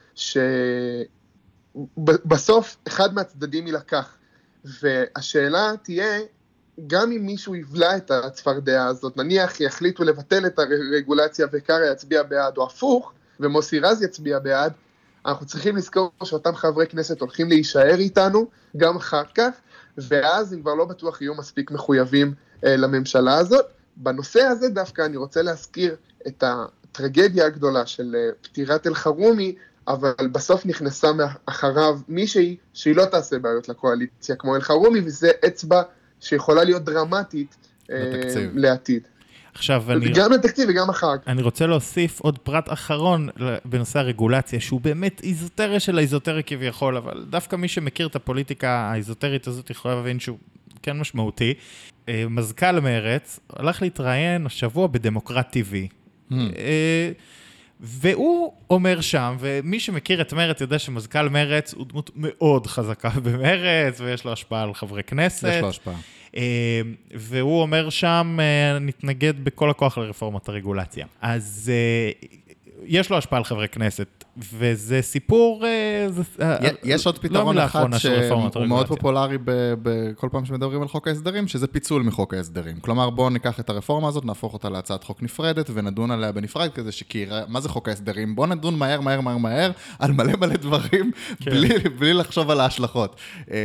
שבסוף אחד מהצדדים ילקח, והשאלה תהיה, גם אם מישהו יבלע את הצפרדעה הזאת, נניח יחליטו לבטל את הרגולציה וקרא יצביע בעד או הפוך, ומוסי רז יצביע בעד, אנחנו צריכים לזכור שאותם חברי כנסת הולכים להישאר איתנו גם אחר כך, ואז הם כבר לא בטוח יהיו מספיק מחויבים לממשלה הזאת. בנושא הזה דווקא אני רוצה להזכיר את הטרגדיה הגדולה של פטירת אלחרומי, אבל בסוף נכנסה מאחריו מישהי שהיא לא תעשה בעיות לקואליציה כמו אלחרומי, וזה אצבע שיכולה להיות דרמטית לעתיד. עכשיו גם לתקציב וגם אחר כך. אני רוצה להוסיף עוד פרט אחרון בנושא הרגולציה, שהוא באמת איזוטריה של האיזוטריה כביכול, אבל דווקא מי שמכיר את הפוליטיקה האיזוטרית הזאת יכול להבין שהוא כן משמעותי. מזכ"ל מרץ הלך להתראיין השבוע בדמוקרט TV. והוא אומר שם, ומי שמכיר את מרץ יודע שמזכ"ל מרץ הוא דמות מאוד חזקה במרץ, ויש לו השפעה על חברי כנסת. יש לו השפעה. והוא אומר שם, נתנגד בכל הכוח לרפורמת הרגולציה. אז יש לו השפעה על חברי כנסת, וזה סיפור... יש עוד פתרון אחד שהוא מאוד פופולרי בכל פעם שמדברים על חוק ההסדרים, שזה פיצול מחוק ההסדרים. כלומר, בואו ניקח את הרפורמה הזאת, נהפוך אותה להצעת חוק נפרדת, ונדון עליה בנפרד כזה מה זה חוק ההסדרים? בואו נדון מהר על מלא דברים, בלי לחשוב על ההשלכות.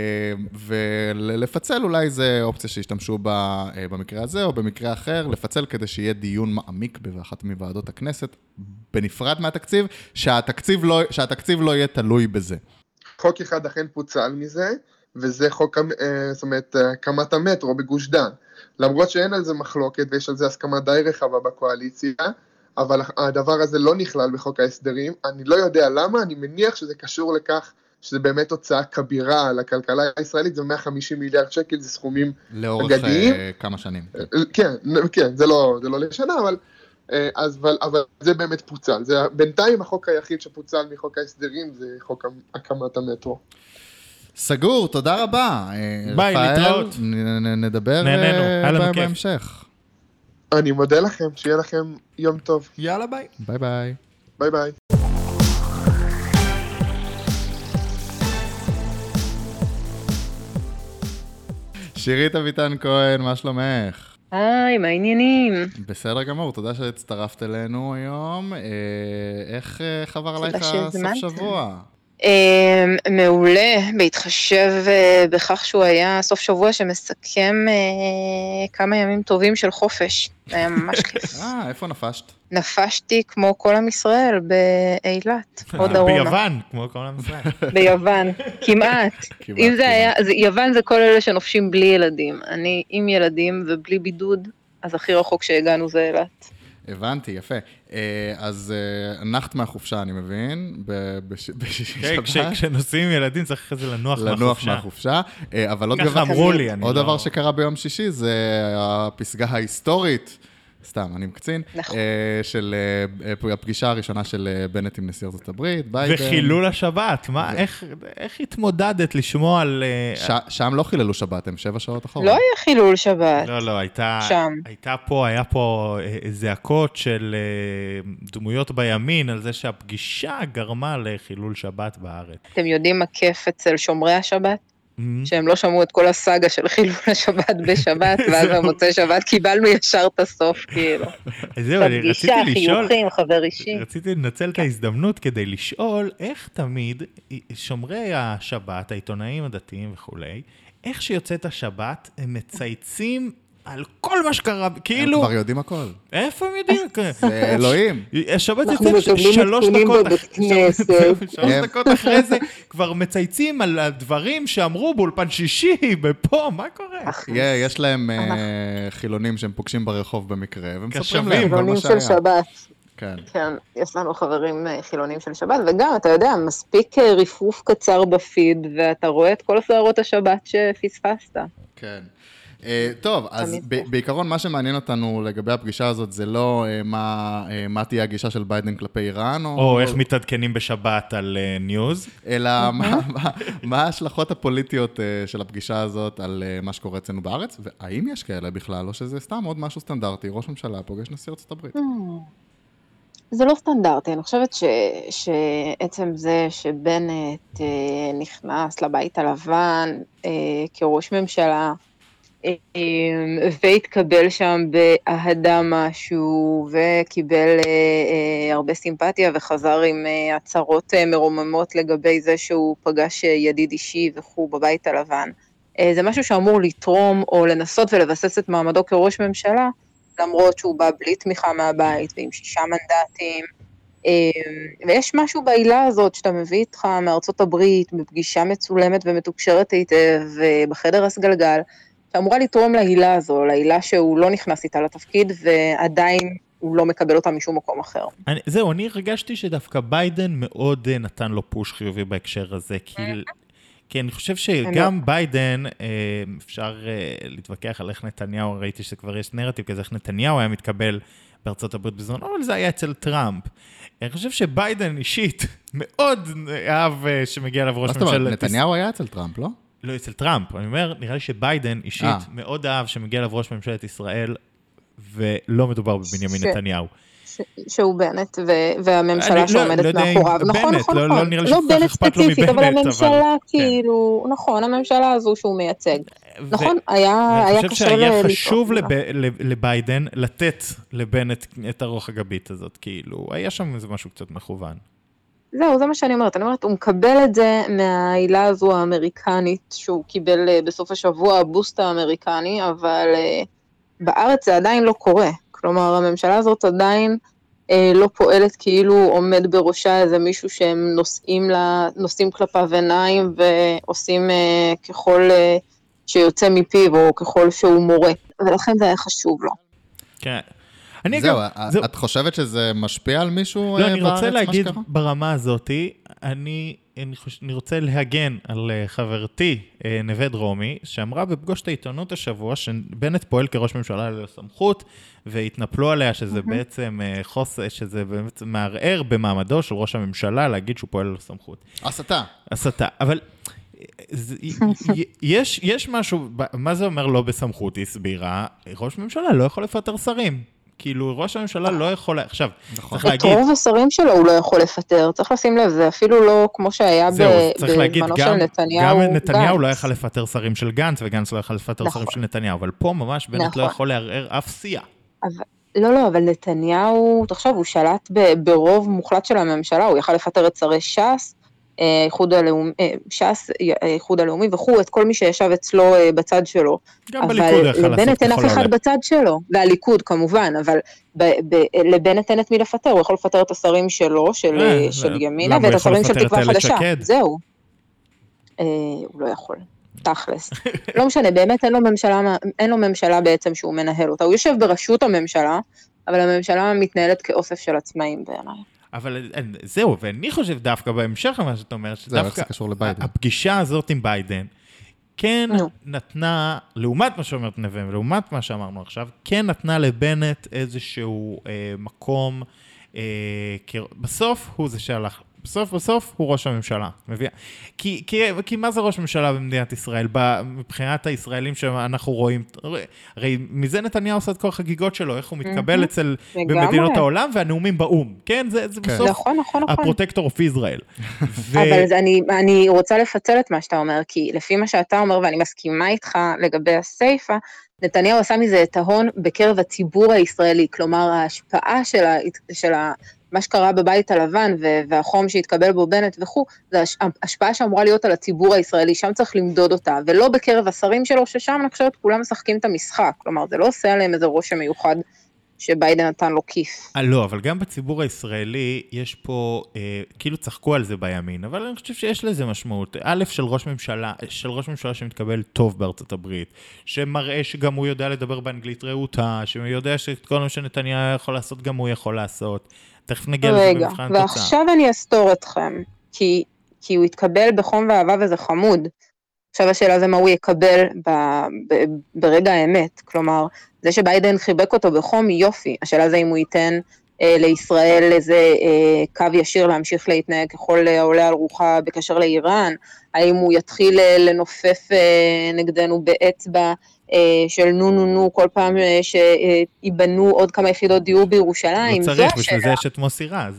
ולפצל אולי זה אופציה שישתמשו במקרה הזה, או במקרה אחר, לפצל כדי שיהיה דיון מעמיק באחת מוועדות הכנסת, בנפרד מהתקציב, שהתקציב לא יהיה תלוי בזה. חוק אחד אכן פוצל מזה, וזה חוק, זאת אומרת, הקמת המטרו בגוש דן. למרות שאין על זה מחלוקת, ויש על זה הסכמה די רחבה בקואליציה, אבל הדבר הזה לא נכלל בחוק ההסדרים. אני לא יודע למה, אני מניח שזה קשור לכך, שזה באמת הוצאה כבירה על הכלכלה הישראלית, זה 150 מיליארד שקל, זה סכומים אגדיים. לאורך כמה שנים. כן, זה לא לשנה, אבל זה באמת פוצל. זה בינתיים החוק היחיד שפוצל מחוק ההסדרים, זה חוק הקמת המטרו. סגור, תודה רבה. ביי, להתראות. נדבר בהמשך. אני מודה לכם, שיהיה לכם יום טוב. יאללה, ביי. ביי ביי. ביי ביי. שירית אביטן כהן, מה שלומך? היי, מה העניינים? בסדר גמור, תודה שהצטרפת אלינו היום. איך חבר עלייך סוף שבוע? מעולה, בהתחשב בכך שהוא היה סוף שבוע שמסכם כמה ימים טובים של חופש. היה ממש כיף. איפה נפשת? נפשתי כמו כל עם ישראל באילת, או דרומה. ביוון, כמו כל עם ישראל. ביוון, כמעט. אם זה היה, יוון זה כל אלה שנופשים בלי ילדים. אני עם ילדים ובלי בידוד, אז הכי רחוק שהגענו זה אילת. הבנתי, יפה. אז נחת מהחופשה, אני מבין, בשישי שבת. כשנוסעים ילדים צריך אחרי זה לנוח מהחופשה. אבל עוד דבר שקרה ביום שישי, זה הפסגה ההיסטורית, סתם, אני מקצין, של הפגישה הראשונה של בנט עם נשיא ארצות הברית, ביידן. וחילול השבת, איך התמודדת לשמוע על... שם לא חיללו שבת, הם 7 שעות אחורה. לא היה חילול שבת. לא, היה פה זעקות של דמויות בימין, על זה שהפגישה גרמה לחילול שבת בארץ. אתם יודעים מה כיף אצל שומרי השבת? שהם לא שמעו את כל הסאגה של חילול השבת בשבת, ואז במוצאי שבת קיבלנו ישר את הסוף, כאילו. זהו, אני רציתי לשאול, חיוכים, חבר אישי. רציתי לנצל את ההזדמנות כדי לשאול איך תמיד שומרי השבת, העיתונאים הדתיים וכולי, איך שיוצאת השבת, הם מצייצים על כל מה שקרה, כאילו... הם כבר יודעים הכל. איפה הם יודעים? זה אלוהים. השבת יוצאת 3 דקות אחרי זה, כבר מצייצים על הדברים שאמרו באולפן שישי, בפה, מה קורה? יש להם חילונים שהם פוגשים ברחוב במקרה, ומספרים להם כל מה שהיה. חילונים של שבת. כן, יש לנו חברים חילונים של שבת, וגם, אתה יודע, מספיק ריפוף קצר בפיד, ואתה רואה את כל הסערות השבת שפספסת. כן. טוב, אז בעיקרון מה שמעניין אותנו לגבי הפגישה הזאת זה לא מה תהיה הגישה של ביידן כלפי איראן, או איך מתעדכנים בשבת על ניוז, אלא מה ההשלכות הפוליטיות של הפגישה הזאת על מה שקורה אצלנו בארץ, והאם יש כאלה בכלל, או שזה סתם עוד משהו סטנדרטי, ראש ממשלה פוגש נשיא ארצות הברית. זה לא סטנדרטי, אני חושבת שעצם זה שבנט נכנס לבית הלבן כראש ממשלה, והתקבל שם באהדה משהו, וקיבל הרבה סימפתיה, וחזר עם הצהרות מרוממות לגבי זה שהוא פגש ידיד אישי וכו' בבית הלבן. זה משהו שאמור לתרום או לנסות ולבסס את מעמדו כראש ממשלה, למרות שהוא בא בלי תמיכה מהבית ועם 6 מנדטים. ויש משהו בעילה הזאת שאתה מביא איתך מארצות הברית, בפגישה מצולמת ומתוקשרת היטב, בחדר הסגלגל, שאמורה לתרום להילה הזו, להילה שהוא לא נכנס איתה לתפקיד, ועדיין הוא לא מקבל אותה משום מקום אחר. זהו, אני הרגשתי שדווקא ביידן מאוד נתן לו פוש חיובי בהקשר הזה, כי אני חושב שגם ביידן, אפשר להתווכח על איך נתניהו, ראיתי שכבר יש נרטיב כזה, איך נתניהו היה מתקבל בארצות הברית בזמן, אבל זה היה אצל טראמפ. אני חושב שביידן אישית מאוד אהב שמגיע אליו ראש ממשלת... נתניהו היה אצל טראמפ, לא? לא, אצל טראמפ. אני אומר, נראה לי שביידן אישית מאוד אהב שמגיע אליו ראש ממשלת ישראל, ולא מדובר בבנימין נתניהו. שהוא בנט, והממשלה שעומדת מאחוריו. נכון, נכון, נכון. לא נראה לי שצריך אכפת לו מבנט, אבל הממשלה כאילו, נכון, הממשלה הזו שהוא מייצג. נכון, היה קשה. אני חושב שהיה חשוב לביידן לתת לבנט את הרוח הגבית הזאת, כאילו, היה שם איזה משהו קצת מכוון. זהו, זה מה שאני אומרת. אני אומרת, הוא מקבל את זה מהעילה הזו האמריקנית, שהוא קיבל בסוף השבוע הבוסט האמריקני, אבל בארץ זה עדיין לא קורה. כלומר, הממשלה הזאת עדיין לא פועלת כאילו עומד בראשה איזה מישהו שהם נושאים כלפיו עיניים, ועושים ככל שיוצא מפיו, או ככל שהוא מורה. ולכן זה היה חשוב לו. כן. זהו, את חושבת שזה משפיע על מישהו בארץ? לא, אני רוצה להגיד ברמה הזאת, אני רוצה להגן על חברתי נווה דרומי, שאמרה בפגוש את העיתונות השבוע, שבנט פועל כראש ממשלה ללא סמכות, והתנפלו עליה שזה בעצם שזה באמת מערער במעמדו של ראש הממשלה, להגיד שהוא פועל ללא סמכות. הסתה, אבל יש משהו, מה זה אומר לא בסמכות? היא הסבירה, ראש ממשלה לא יכול לפטר שרים. כאילו, ראש הממשלה לא יכול, עכשיו, צריך להגיד... את רוב השרים שלו הוא לא יכול לפטר, צריך לשים לב, זה אפילו לא כמו שהיה בזמנו של נתניהו. גם נתניהו לא יכול לפטר שרים של גנץ, וגנץ לא יכול לפטר שרים של נתניהו, אבל פה ממש בנט לא יכול לערער אף סיעה. לא, אבל נתניהו, תחשוב, הוא שלט ברוב מוחלט של הממשלה, הוא יכל לפטר את שרי ש"ס, האיחוד הלאומי וכו', את כל מי שישב אצלו בצד שלו. גם בליכוד יכל לעשות. אבל לבנט אין אף אחד בצד שלו, והליכוד כמובן, אבל לבנט אין את מי לפטר, הוא יכול לפטר את השרים שלו, של ימינה, ואת השרים של תקווה חדשה. זהו. הוא לא יכול. תכלס. לא משנה, באמת אין לו ממשלה בעצם שהוא מנהל אותה. הוא יושב בראשות הממשלה, אבל הממשלה מתנהלת כאוסף של עצמאים בעיניי. אבל זהו, ואני חושב דווקא בהמשך מה שאת אומרת, שדווקא הפגישה הזאת עם ביידן, כן נתנה, לעומת מה שאומרת נווה, ולעומת מה שאמרנו עכשיו, כן נתנה לבנט איזשהו מקום, בסוף הוא זה שהלך, בסוף הוא ראש הממשלה, מביאה. כי מה זה ראש ממשלה במדינת ישראל? מבחינת הישראלים שאנחנו רואים, הרי מזה נתניהו עושה את כל החגיגות שלו, איך הוא מתקבל במדינות העולם, והנאומים באום, כן? זה בסוף הפרוטקטור אוף ישראל. אבל אני רוצה לפצל את מה שאתה אומר, כי לפי מה שאתה אומר, ואני מסכימה איתך לגבי הסייפה, נתניהו עשה מזה את ההון בקרב הציבור הישראלי, כלומר ההשפעה של מה שקרה בבית הלבן והחום שהתקבל בו בנט וכו', זה השפעה שאמורה להיות על הציבור הישראלי, שם צריך למדוד אותה, ולא בקרב השרים שלו, ששם אני חושבת כולם משחקים את המשחק, כלומר זה לא עושה עליהם איזה רושם מיוחד שביידן נתן לו כיף. לא, אבל גם בציבור הישראלי יש פה, כאילו צחקו על זה בימין, אבל אני חושב שיש לזה משמעות. א', של ראש ממשלה שמתקבל טוב בארצות הברית, שמראה שגם הוא יודע לדבר באנגלית רעותה, שיודע שכל מה שנתניהו יכול לעשות, גם הוא יכול לעשות. תכף נגיע לזה במבחן התוצאה. ועכשיו אני אסתור אתכם, כי הוא יתקבל בחום ואהבה וזה חמוד. עכשיו השאלה זה מה הוא יקבל ברגע האמת, כלומר, זה שביידן חיבק אותו בחום יופי, השאלה זה אם הוא ייתן לישראל איזה קו ישיר להמשיך להתנהג ככל העולה על רוחה בקשר לאיראן, האם הוא יתחיל לנופף נגדנו באצבע של נו כל פעם שיבנו עוד כמה יחידות דיור בירושלים. לא צריך, בשביל זה יש את מוסי רז.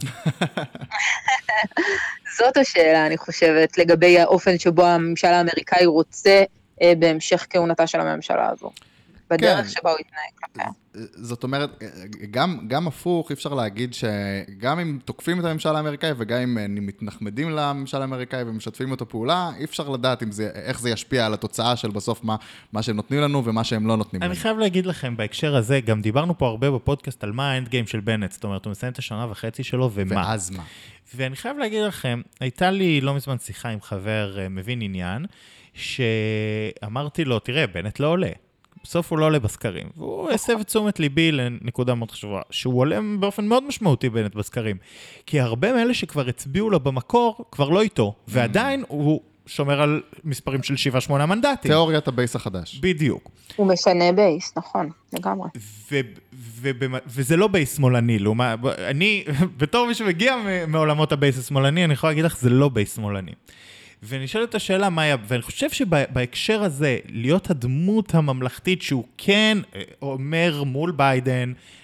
זאת השאלה, אני חושבת, לגבי האופן שבו הממשל האמריקאי רוצה בהמשך כהונתה של הממשלה הזו. בדרך שבה הוא יתנהג כלפיה. זאת אומרת, גם הפוך, אפשר להגיד שגם אם תוקפים את הממשל האמריקאי, וגם אם מתנחמדים לממשל האמריקאי ומשתפים אותו פעולה, אי אפשר לדעת איך זה ישפיע על התוצאה של בסוף מה שהם נותנים לנו ומה שהם לא נותנים לנו. אני חייב להגיד לכם, בהקשר הזה, גם דיברנו פה הרבה בפודקאסט על מה האנד גיים של בנט, זאת אומרת, הוא מסיים את השנה וחצי שלו, ומה? ואז מה? ואני חייב להגיד לכם, הייתה לי לא מזמן שיחה עם חבר מבין עניין, שאמרתי לו, תראה, בנט לא עולה. בסוף הוא לא עולה בסקרים, והוא הסב את תשומת ליבי לנקודה מאוד חשובה, שהוא עולה באופן מאוד משמעותי בנט בסקרים, כי הרבה מאלה שכבר הצביעו לו במקור, כבר לא איתו, ועדיין הוא שומר על מספרים של 7-8 מנדטים. תיאוריית הבייס החדש. בדיוק. הוא משנה בייס, נכון, לגמרי. וזה לא בייס שמאלני, אני, בתור מי שמגיע מעולמות הבייס השמאלני, אני יכול להגיד לך, זה לא בייס שמאלני. ונשאל את השאלה מה היה, ואני חושב שבהקשר הזה, להיות הדמות הממלכתית שהוא כן אומר מול ביידן,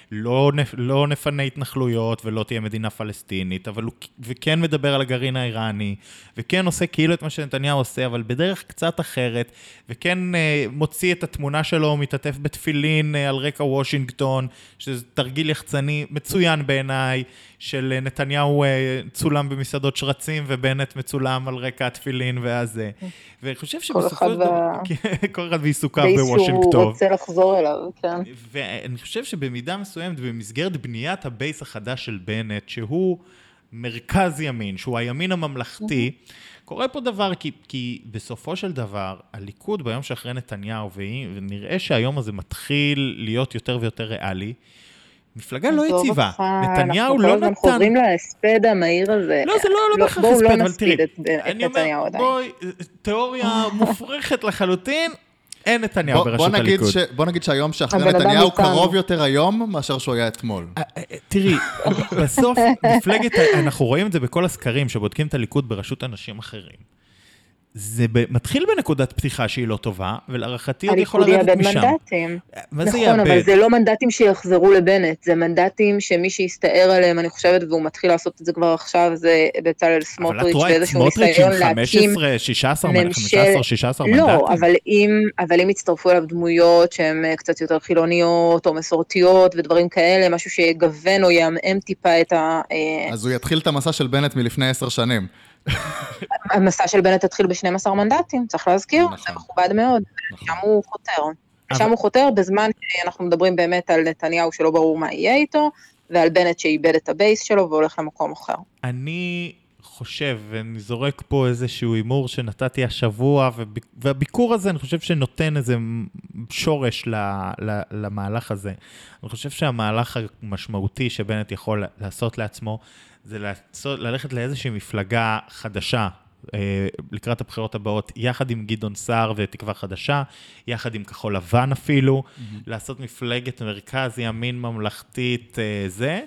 לא נפנה התנחלויות ולא תהיה מדינה פלסטינית, וכן מדבר על הגרעין האיראני, וכן עושה כאילו את מה שנתניהו עושה, אבל בדרך קצת אחרת, וכן מוציא את התמונה שלו, מתעטף בתפילין על רקע וושינגטון, שזה תרגיל יחצני מצוין בעיניי, של נתניהו צולם במסעדות שרצים, ובנט מצולם על רקע התפילין והזה. ואני חושב שבסופו של דבר, כל אחד בעיסוקה בוושינגטון. שהוא רוצה לחזור אליו, כן. ואני חושב שבמידה מסוימת, במסגרת בניית הבייס החדש של בנט, שהוא מרכז ימין, שהוא הימין הממלכתי, קורה פה דבר, כי בסופו של דבר, הליכוד ביום שאחרי נתניהו, ונראה שהיום הזה מתחיל להיות יותר ויותר ריאלי, מפלגה לא יציבה. נתניהו לא נתן... אנחנו חוזרים להספד המהיר הזה. לא, זה לא בכך הספד, אבל תראי. את נתניהו עדיין. בואי, תיאוריה מופרכת לחלוטין, אין נתניהו בראשות הליכוד. בוא נגיד שהיום שאחרי נתניהו קרוב יותר היום מאשר שהוא היה אתמול. תראי, בסוף מפלגת, אנחנו רואים את זה בכל הסקרים שבודקים את הליכוד בראשות אנשים אחרים. זה מתחיל בנקודת פתיחה שהיא לא טובה, ולערכתי עוד יכול לרדת משם. הליכוד יאבד מנדטים. מה זה נכון, יאבד? אבל זה לא מנדטים שיחזרו לבנט, זה מנדטים שמי שיסתער עליהם, אני חושבת, והוא מתחיל לעשות את זה כבר עכשיו, זה בצלאל סמוטריץ' ואיזשהו ניסיון להקים 16 מנדטים. לא, אבל אם יצטרפו אליו דמויות שהן קצת יותר חילוניות, או מסורתיות, ודברים כאלה, משהו שיגוון או יעמעם טיפה את ה... אז הוא יתחיל את המסע של בנט מלפני 10 שנים. המסע של בנט התחיל ב12 מנדטים, צריך להזכיר, זה מכובד מאוד, שם הוא חותר. שם הוא חותר בזמן שאנחנו מדברים באמת על נתניהו שלא ברור מה יהיה איתו, ועל בנט שאיבד את הבייס שלו והולך למקום אחר. אני חושב, ואני זורק פה איזשהו אימור שנתתי השבוע, והביקור הזה אני חושב שנותן איזה שורש למהלך הזה. אני חושב שהמהלך המשמעותי שבנט יכול לעשות לעצמו, זה ללכת לאיזושהי מפלגה חדשה, לקראת הבחירות הבאות, יחד עם גדעון סער ותקווה חדשה, יחד עם כחול לבן אפילו, לעשות מפלגת מרכז ימין ממלכתית זה,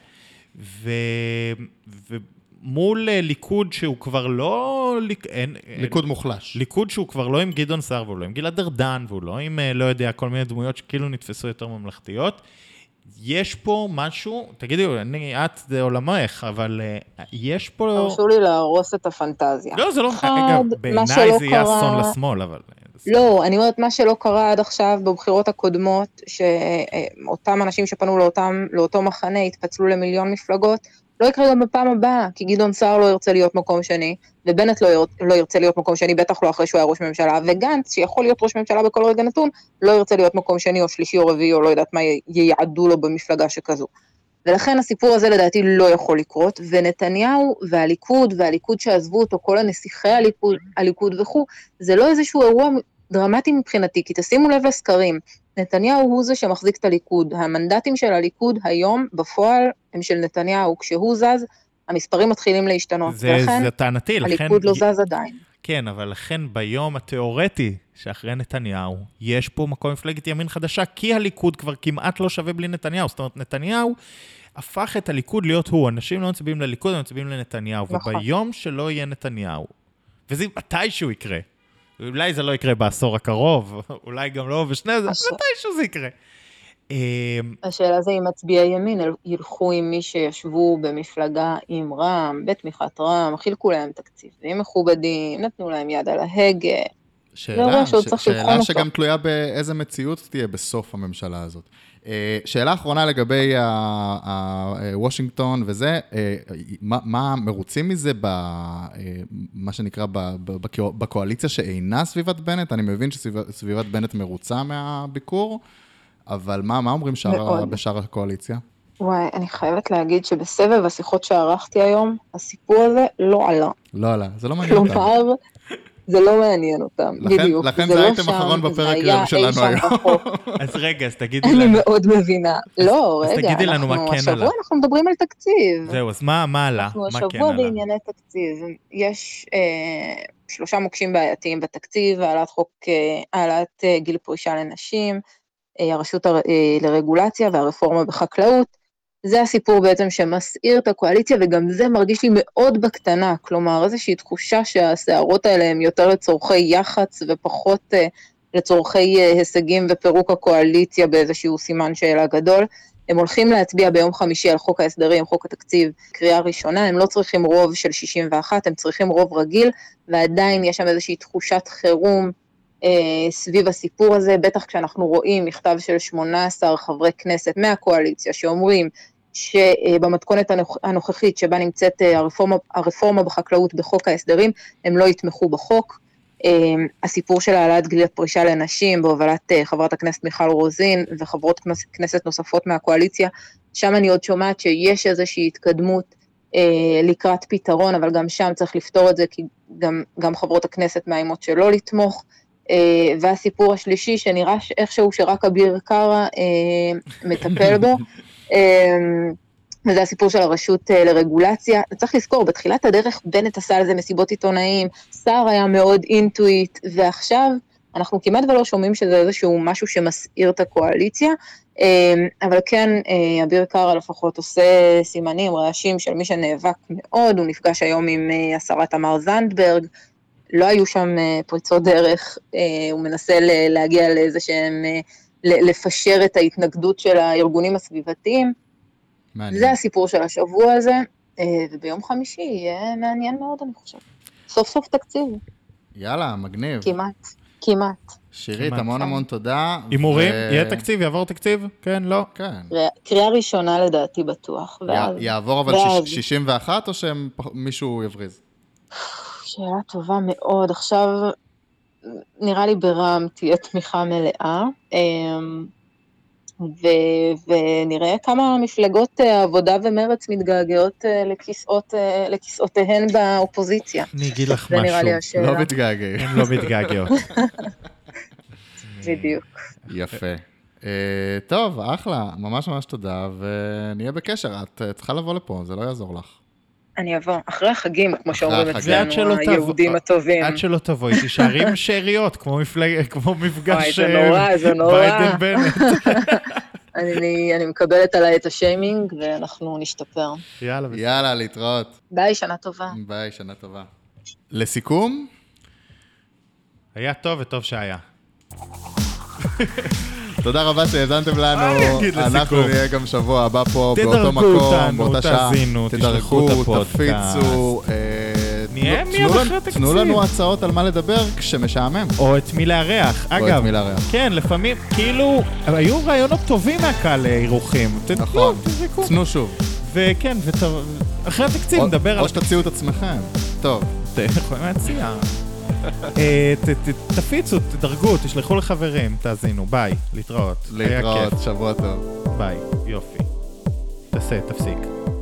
ומול ליכוד שהוא כבר לא... ליכוד מוחלש. ליכוד שהוא כבר לא עם גדעון סער, והוא לא עם גלעד ארדן, והוא לא עם, לא יודע, כל מיני דמויות שכאילו נתפסו יותר ממלכתיות, יש פה משהו, תגידי, את זה עולמך, אבל יש פה... תרשו לי להרוס את הפנטזיה. לא, זה לא... בעיניי זה יהיה אסון לשמאל, אבל... לא, אני אומרת, מה שלא קרה עד עכשיו בבחירות הקודמות, שאותם אנשים שפנו לאותו מחנה התפצלו למיליון מפלגות, לא יקרה גם בפעם הבאה, כי גדעון סער לא ירצה להיות מקום שני, ובנט לא ירצה להיות מקום שני, בטח לא אחרי שהוא היה ראש ממשלה, וגנץ, שיכול להיות ראש ממשלה בכל רגע נתון, לא ירצה להיות מקום שני או שלישי או רביעי, או לא יודעת מה ייעדו לו במפלגה שכזו. ולכן הסיפור הזה לדעתי לא יכול לקרות, ונתניהו והליכוד שעזבו אותו, כל הנסיכי הליכוד וכו', זה לא איזשהו אירוע דרמטי מבחינתי, כי תשימו לב לסקרים, נתניהו הוא זה שמחזיק את הליכוד, המנדטים של הליכוד היום בפועל הם של נתניהו, כשהוא זז, המספרים מתחילים להשתנות, ולכן הליכוד לא זז עדיין. כן, אבל לכן ביום התיאורטי שאחרי נתניהו, יש פה מקום מפלגת ימין חדשה, כי הליכוד כבר כמעט לא שווה בלי נתניהו, זאת אומרת, נתניהו הפך את הליכוד להיות הוא, אנשים לא מצביעים לליכוד, הם מצביעים לנתניהו, וביום שלא יהיה נתניהו, וזה מתישהו יקרה, אולי זה לא יקרה בעשור הקרוב, אולי גם לא בשני זה, מתישהו זה יקרה. השאלה זה אם מצביעי ימין ילכו עם מי שישבו במפלגה עם רם, בתמיכת רם, חילקו להם תקציבים מכובדים, נתנו להם יד על ההגה. שאלה שגם תלויה באיזה מציאות תהיה בסוף הממשלה הזאת. שאלה אחרונה לגבי וושינגטון וזה, מה מרוצים מזה במה שנקרא בקואליציה שאינה סביבת בנט? אני מבין שסביבת בנט מרוצה מהביקור, אבל מה אומרים בשאר הקואליציה? וואי, אני חייבת להגיד שבסבב השיחות שערכתי היום, הסיפור הזה לא עלה. לא עלה, זה לא מעניין אותם. כלומר, זה לא מעניין אותם, בדיוק. לכן זה הייתם אחרון בפרק שלנו היום. אז רגע, אז תגידי לנו. אני מאוד מבינה. לא, רגע, השבוע אנחנו מדברים על תקציב. זהו, אז מה עלה? אנחנו השבוע בענייני תקציב. יש 3 מוקשים בעייתיים בתקציב, העלאת גיל פרישה לנשים, הרשות לרגולציה והרפורמה בחקלאות. זה הסיפור בעצם שמסעיר את הקואליציה, וגם זה מרגיש לי מאוד בקטנה, כלומר איזושהי תחושה שהשערות האלה הם יותר לצורכי יח"צ, ופחות לצורכי הישגים ופירוק הקואליציה באיזשהו סימן שאלה גדול. הם הולכים להצביע ביום חמישי על חוק ההסדרים, חוק התקציב, קריאה ראשונה, הם לא צריכים רוב של 61, הם צריכים רוב רגיל, ועדיין יש שם איזושהי תחושת חירום סביב הסיפור הזה, בטח כשאנחנו רואים מכתב של 18 חברי כנסת מהקואליציה, שאומרים שבמתכונת הנוכחית שבה נמצאת הרפורמה בחקלאות בחוק ההסדרים, הם לא יתמכו בחוק. הסיפור של העלאת גיל הפרישה לנשים, בהובלת חברת הכנסת מיכל רוזין וחברות כנסת נוספות מהקואליציה, שם אני עוד שומעת שיש איזושהי התקדמות לקראת פתרון, אבל גם שם צריך לפתור את זה, כי גם חברות הכנסת מאיימות שלא לתמוך, והסיפור השלישי שנראה איכשהו שרק אביר קארה מטפל בו, וזה הסיפור של הרשות לרגולציה. צריך לזכור, בתחילת הדרך בנט עשה על זה מסיבות עיתונאים, שר היה מאוד אינטואיט, ועכשיו אנחנו כמעט ולא שומעים שזה איזשהו משהו שמסעיר את הקואליציה, אבל כן, אביר קארה לפחות עושה סימנים, רעשים של מי שנאבק מאוד, הוא נפגש היום עם השרה תמר זנדברג, לא היו שם פריצות דרך, הוא מנסה להגיע לאיזה שהם, לפשר את ההתנגדות של הארגונים הסביבתיים, מעניין. זה הסיפור של השבוע הזה, וביום חמישי יהיה מעניין מאוד, אני חושב. סוף סוף תקציב. יאללה, מגניב. כמעט. שירית, המון תודה. הימורים, יהיה תקציב, יעבור תקציב? כן, לא? כן. קריאה ראשונה לדעתי בטוח. יעבור אבל 61 או שמישהו יבריז? שאלה טובה מאוד. עכשיו, נראה לי ברם תהיה תמיכה מלאה. ונראה כמה מפלגות עבודה ומרץ מתגעגעות לכיסאותיהן באופוזיציה. אני אגיד לך משהו. לא מתגעגעים. הן לא מתגעגעות. בדיוק. יפה. טוב, אחלה, ממש תודה, ונהיה בקשר. את צריכה לבוא לפה, זה לא יעזור לך. אני אבוא, אחרי החגים, כמו שאומרים אצלנו, היהודים הטובים. עד שלא תבואי, תישארי עם שאריות, כמו מפגש זה נורא. ביידן בנט. אני מקבלת עליי את השיימינג, ואנחנו נשתפר. יאללה, להתראות. ביי, שנה טובה. ביי, שנה טובה. לסיכום? היה טוב וטוב שהיה. תודה רבה שהאזנתם לנו, אנחנו נהיה גם שבוע הבא פה, באותו מקום, באותה שעה, תדרגו, תפיצו, תנו לנו הצעות על מה לדבר כשמשעמם. או את מי לארח, אגב, כן, לפעמים, כאילו, היו רעיונות טובים מהקהל לאירוחים, נכון, תנו שוב. וכן, אחרי התקציב נדבר על... או שתציעו את עצמכם, טוב. אתם יכולים להציע. תפיצו, תדרגו, תשלחו לחברים, תאזינו, ביי, להתראות. להתראות, שבוע טוב. ביי, יופי. תפסיק.